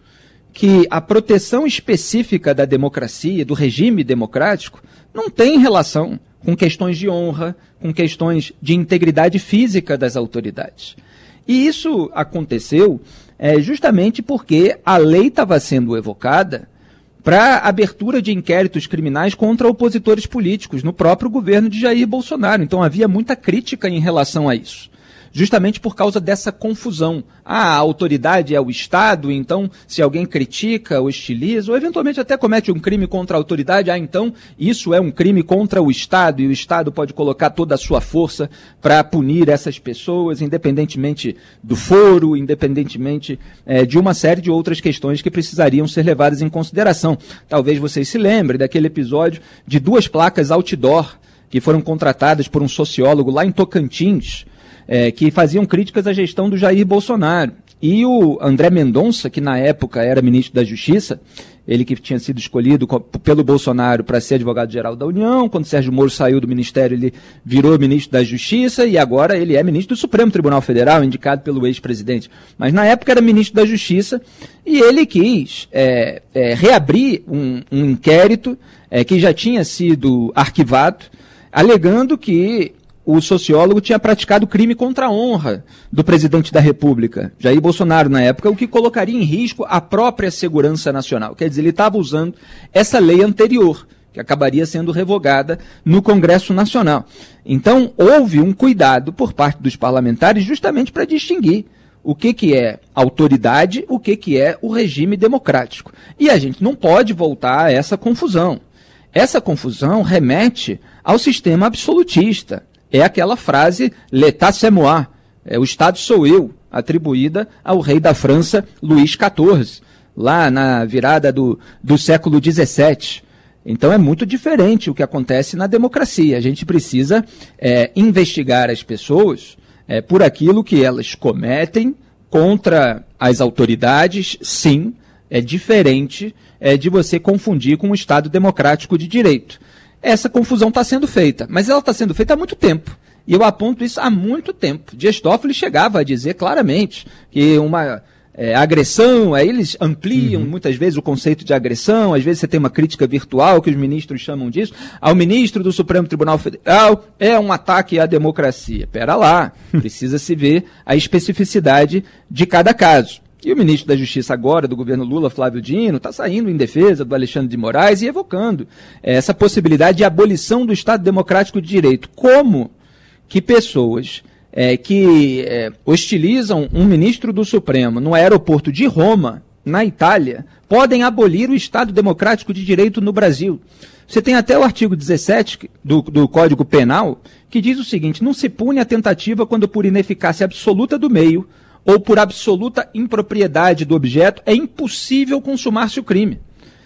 que a proteção específica da democracia, do regime democrático, não tem relação com questões de honra, com questões de integridade física das autoridades. E isso aconteceu é, justamente porque a lei estava sendo evocada para abertura de inquéritos criminais contra opositores políticos no próprio governo de Jair Bolsonaro. Então havia muita crítica em relação a isso, justamente por causa dessa confusão. Ah, a autoridade é o Estado, então se alguém critica, hostiliza, ou eventualmente até comete um crime contra a autoridade, ah, então isso é um crime contra o Estado, e o Estado pode colocar toda a sua força para punir essas pessoas, independentemente do foro, independentemente é, de uma série de outras questões que precisariam ser levadas em consideração. Talvez vocês se lembrem daquele episódio de duas placas outdoor que foram contratadas por um sociólogo lá em Tocantins, É, que faziam críticas à gestão do Jair Bolsonaro. E o André Mendonça, que na época era ministro da Justiça, ele que tinha sido escolhido pelo Bolsonaro para ser advogado-geral da União, quando Sérgio Moro saiu do ministério, ele virou ministro da Justiça e agora ele é ministro do Supremo Tribunal Federal, indicado pelo ex-presidente. Mas na época era ministro da Justiça e ele quis é, é, reabrir um, um inquérito é, que já tinha sido arquivado, alegando que o sociólogo tinha praticado crime contra a honra do presidente da República, Jair Bolsonaro, na época, o que colocaria em risco a própria segurança nacional. Quer dizer, ele estava usando essa lei anterior, que acabaria sendo revogada no Congresso Nacional. Então, houve um cuidado por parte dos parlamentares justamente para distinguir o que, que é autoridade, o que, que é o regime democrático. E a gente não pode voltar a essa confusão. Essa confusão remete ao sistema absolutista. É aquela frase l'état c'est moi, é, o Estado sou eu, atribuída ao rei da França, Luís quatorze, lá na virada do, do século dezessete. Então é muito diferente o que acontece na democracia. A gente precisa é, investigar as pessoas é, por aquilo que elas cometem contra as autoridades, sim, é diferente é, de você confundir com o Estado democrático de direito. Essa confusão está sendo feita, mas ela está sendo feita há muito tempo. E eu aponto isso há muito tempo. Dias Toffoli chegava a dizer claramente que uma é, agressão, aí eles ampliam uhum. muitas vezes o conceito de agressão, às vezes você tem uma crítica virtual, que os ministros chamam disso, ao ministro do Supremo Tribunal Federal é um ataque à democracia. Pera lá, precisa se ver a especificidade de cada caso. E o ministro da Justiça agora, do governo Lula, Flávio Dino, está saindo em defesa do Alexandre de Moraes e evocando essa possibilidade de abolição do Estado Democrático de Direito. Como que pessoas é, que é, hostilizam um ministro do Supremo no aeroporto de Roma, na Itália, podem abolir o Estado Democrático de Direito no Brasil? Você tem até o artigo dezessete do, do Código Penal, que diz o seguinte: não se pune a tentativa quando por ineficácia absoluta do meio ou por absoluta impropriedade do objeto, é impossível consumar-se o crime.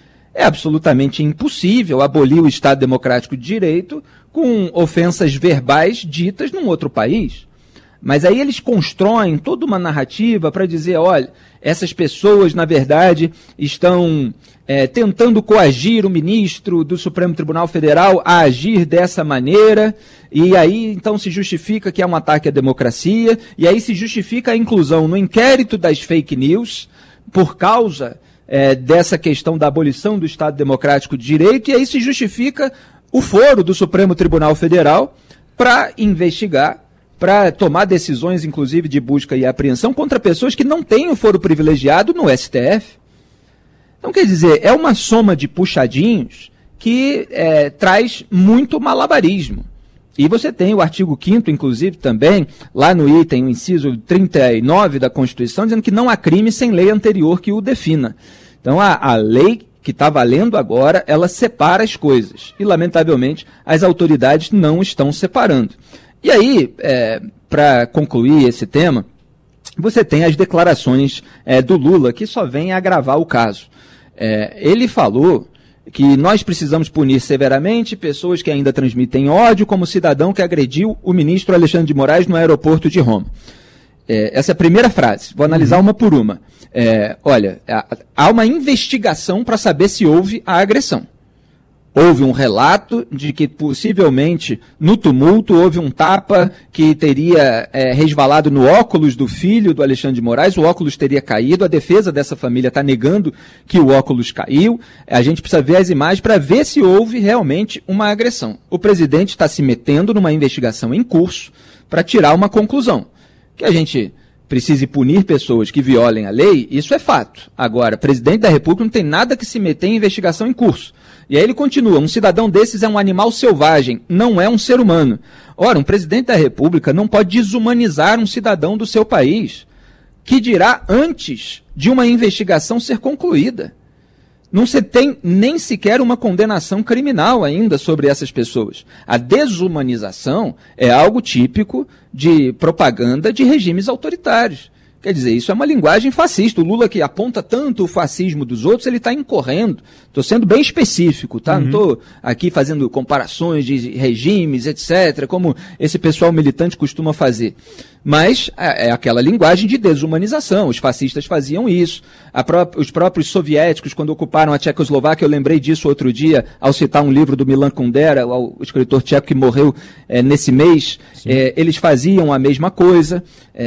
É absolutamente impossível abolir o Estado Democrático de Direito com ofensas verbais ditas num outro país. Mas aí eles constroem toda uma narrativa para dizer, olha, essas pessoas, na verdade, estão é, tentando coagir o ministro do Supremo Tribunal Federal a agir dessa maneira, e aí então se justifica que é um ataque à democracia, e aí se justifica a inclusão no inquérito das fake news, por causa é, dessa questão da abolição do Estado Democrático de Direito, e aí se justifica o foro do Supremo Tribunal Federal para investigar, para tomar decisões, inclusive, de busca e apreensão contra pessoas que não têm o foro privilegiado no S T F. Então, quer dizer, é uma soma de puxadinhos que é, traz muito malabarismo. E você tem o artigo quinto, inclusive, também, lá no item, o inciso trinta e nove da Constituição, dizendo que não há crime sem lei anterior que o defina. Então, a, a lei que está valendo agora, ela separa as coisas. E, lamentavelmente, as autoridades não estão separando. E aí, é, para concluir esse tema, você tem as declarações é, do Lula, que só vêm agravar o caso. É, ele falou que nós precisamos punir severamente pessoas que ainda transmitem ódio, como o cidadão que agrediu o ministro Alexandre de Moraes no aeroporto de Roma. É, essa é a primeira frase. Vou analisar uma por uma. É, olha, há uma investigação para saber se houve a agressão. Houve um relato de que possivelmente no tumulto houve um tapa que teria é, resvalado no óculos do filho do Alexandre de Moraes, o óculos teria caído, a defesa dessa família está negando que o óculos caiu, a gente precisa ver as imagens para ver se houve realmente uma agressão. O presidente está se metendo numa investigação em curso para tirar uma conclusão, que a gente precise punir pessoas que violem a lei, isso é fato. Agora, o presidente da República não tem nada que se meter em investigação em curso. E aí ele continua, um cidadão desses é um animal selvagem, não é um ser humano. Ora, um presidente da República não pode desumanizar um cidadão do seu país, que dirá antes de uma investigação ser concluída. Não se tem nem sequer uma condenação criminal ainda sobre essas pessoas. A desumanização é algo típico de propaganda de regimes autoritários. Quer dizer, isso é uma linguagem fascista. O Lula, que aponta tanto o fascismo dos outros, ele está incorrendo. Estou sendo bem específico, tá? Uhum. Não estou aqui fazendo comparações de regimes, etcétera, como esse pessoal militante costuma fazer. Mas é aquela linguagem de desumanização. Os fascistas faziam isso. A pró- os próprios soviéticos, quando ocuparam a Tchecoslováquia, eu lembrei disso outro dia, ao citar um livro do Milan Kundera, o escritor tcheco que morreu é, nesse mês. É, eles faziam a mesma coisa,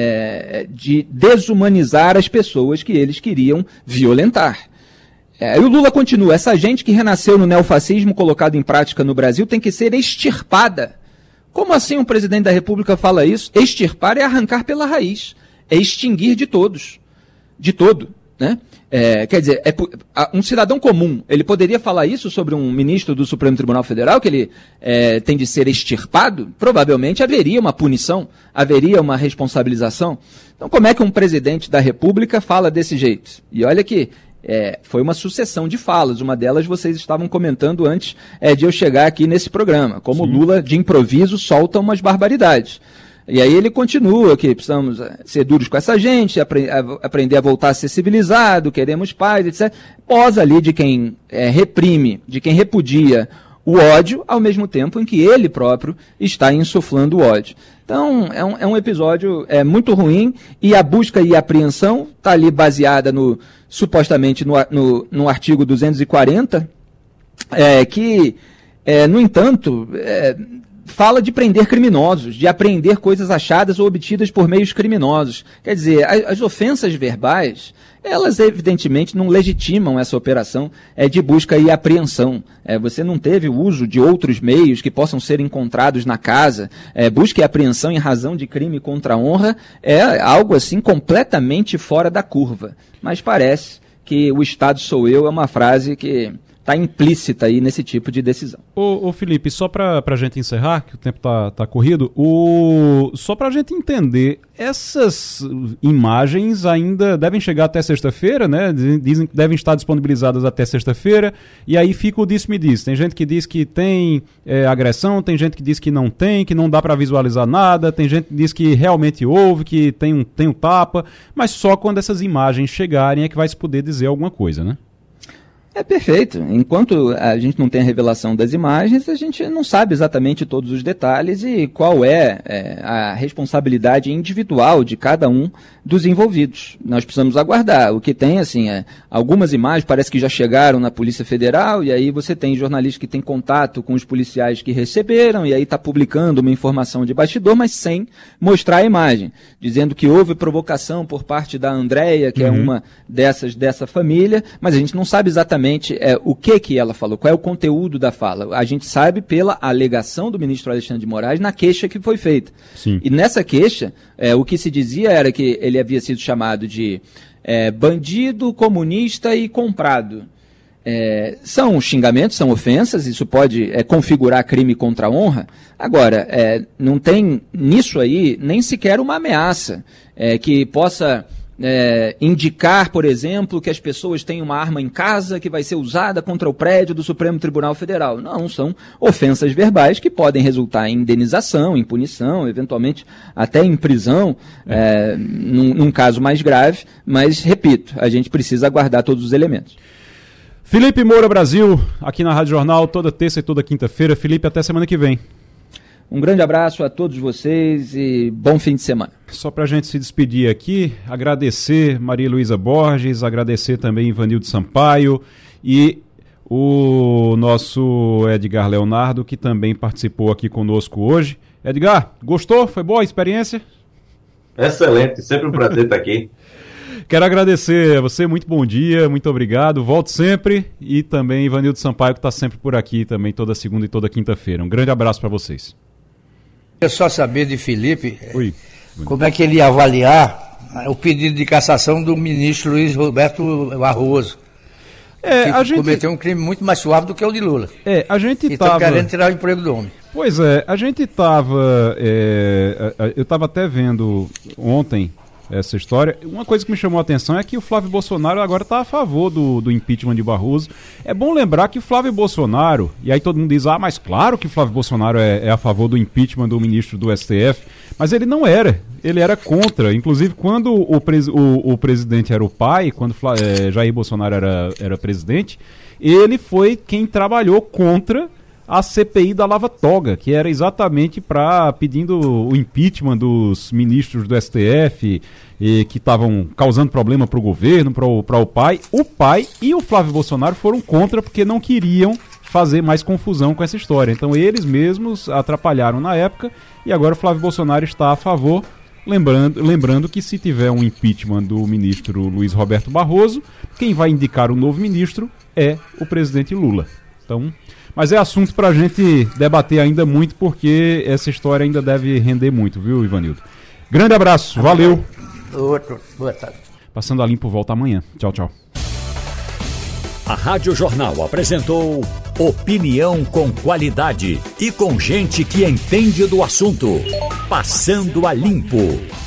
é, de desumanizar as pessoas que eles queriam violentar. É, e o Lula continua, essa gente que renasceu no neofascismo colocado em prática no Brasil tem que ser extirpada. Como assim um presidente da República fala isso? Extirpar é arrancar pela raiz, é extinguir de todos, de todo, né? É, quer dizer, é, um cidadão comum, ele poderia falar isso sobre um ministro do Supremo Tribunal Federal, que ele é, tem de ser extirpado? Provavelmente haveria uma punição, haveria uma responsabilização. Então como é que um presidente da República fala desse jeito? E olha que É, foi uma sucessão de falas, uma delas vocês estavam comentando antes é, de eu chegar aqui nesse programa, como Sim. Lula, de improviso, solta umas barbaridades. E aí ele continua que precisamos ser duros com essa gente, apre- a, aprender a voltar a ser civilizado, queremos paz, etcétera. Posa ali de quem é, reprime, de quem repudia o ódio, ao mesmo tempo em que ele próprio está insuflando o ódio. Então, é um, é um episódio é, muito ruim, e a busca e a apreensão está ali baseada no, supostamente no, no, no artigo duzentos e quarenta, é, que, é, no entanto, é, fala de prender criminosos, de apreender coisas achadas ou obtidas por meios criminosos. Quer dizer, as, as ofensas verbais, elas evidentemente não legitimam essa operação é, de busca e apreensão. É, você não teve o uso de outros meios que possam ser encontrados na casa. É, busca e apreensão em razão de crime contra a honra é algo assim completamente fora da curva. Mas parece que o Estado sou eu é uma frase que está implícita aí nesse tipo de decisão. Ô, ô Felipe, só para a gente encerrar, que o tempo está tá corrido, o... só para a gente entender, essas imagens ainda devem chegar até sexta-feira, né? Dizem que devem estar disponibilizadas até sexta-feira, e aí fica o disse-me-diz. Tem gente que diz que tem é, agressão, tem gente que diz que não tem, que não dá para visualizar nada, tem gente que diz que realmente houve, que tem um, tem um tapa, mas só quando essas imagens chegarem é que vai se poder dizer alguma coisa, né? É perfeito. Enquanto a gente não tem a revelação das imagens, a gente não sabe exatamente todos os detalhes e qual é, é a responsabilidade individual de cada um dos envolvidos. Nós precisamos aguardar. O que tem, assim, é, algumas imagens parece que já chegaram na Polícia Federal, e aí você tem jornalistas que têm contato com os policiais que receberam, e aí está publicando uma informação de bastidor, mas sem mostrar a imagem, dizendo que houve provocação por parte da Andréia, que uhum. é uma dessas dessa família, mas a gente não sabe exatamente É, o que que ela falou, qual é o conteúdo da fala. A gente sabe pela alegação do ministro Alexandre de Moraes na queixa que foi feita. Sim. E nessa queixa, é, o que se dizia era que ele havia sido chamado de é, bandido, comunista e comprado. É, são xingamentos, são ofensas, isso pode é, configurar crime contra a honra. Agora, é, não tem nisso aí nem sequer uma ameaça é, que possa... É, indicar, por exemplo, que as pessoas têm uma arma em casa que vai ser usada contra o prédio do Supremo Tribunal Federal. Não, são ofensas verbais que podem resultar em indenização, em punição, eventualmente até em prisão, é. É, num, num caso mais grave, mas, repito, a gente precisa aguardar todos os elementos. Felipe Moura Brasil, aqui na Rádio Jornal, toda terça e toda quinta-feira. Felipe, até semana que vem. Um grande abraço a todos vocês e bom fim de semana. Só para a gente se despedir aqui, agradecer Maria Luísa Borges, agradecer também Ivanildo Sampaio e o nosso Edgar Leonardo, que também participou aqui conosco hoje. Edgar, gostou? Foi boa a experiência? Excelente, sempre um prazer estar aqui. Quero agradecer a você, muito bom dia, muito obrigado, volte sempre, e também Ivanildo Sampaio, que está sempre por aqui também, toda segunda e toda quinta-feira. Um grande abraço para vocês. Eu só saber de Felipe, Oi. como é que ele ia avaliar o pedido de cassação do ministro Luiz Roberto Barroso, é, que a gente... cometeu um crime muito mais suave do que o de Lula. É, a gente e estão tava... querendo tirar o emprego do homem. Pois é, a gente estava, é, eu estava até vendo ontem essa história. Uma coisa que me chamou a atenção é que o Flávio Bolsonaro agora está a favor do, do impeachment de Barroso. É bom lembrar que o Flávio Bolsonaro, e aí todo mundo diz, ah, mas claro que o Flávio Bolsonaro é, é a favor do impeachment do ministro do S T F, mas ele não era, ele era contra. Inclusive, quando o, pres, o, o presidente era o pai, quando é, Jair Bolsonaro era, era presidente, ele foi quem trabalhou contra a C P I da Lava Toga, que era exatamente para pedindo o impeachment dos ministros do S T F, e, que estavam causando problema para o governo, para o pai. O pai e o Flávio Bolsonaro foram contra porque não queriam fazer mais confusão com essa história. Então eles mesmos atrapalharam na época, e agora o Flávio Bolsonaro está a favor. Lembrando, lembrando que se tiver um impeachment do ministro Luiz Roberto Barroso, quem vai indicar o novo ministro é o presidente Lula. Então... Mas é assunto para a gente debater ainda muito, porque essa história ainda deve render muito, viu, Ivanildo? Grande abraço, valeu. Outro, boa tarde. Passando a Limpo volta amanhã. Tchau, tchau. A Rádio Jornal apresentou opinião com qualidade e com gente que entende do assunto. Passando a Limpo.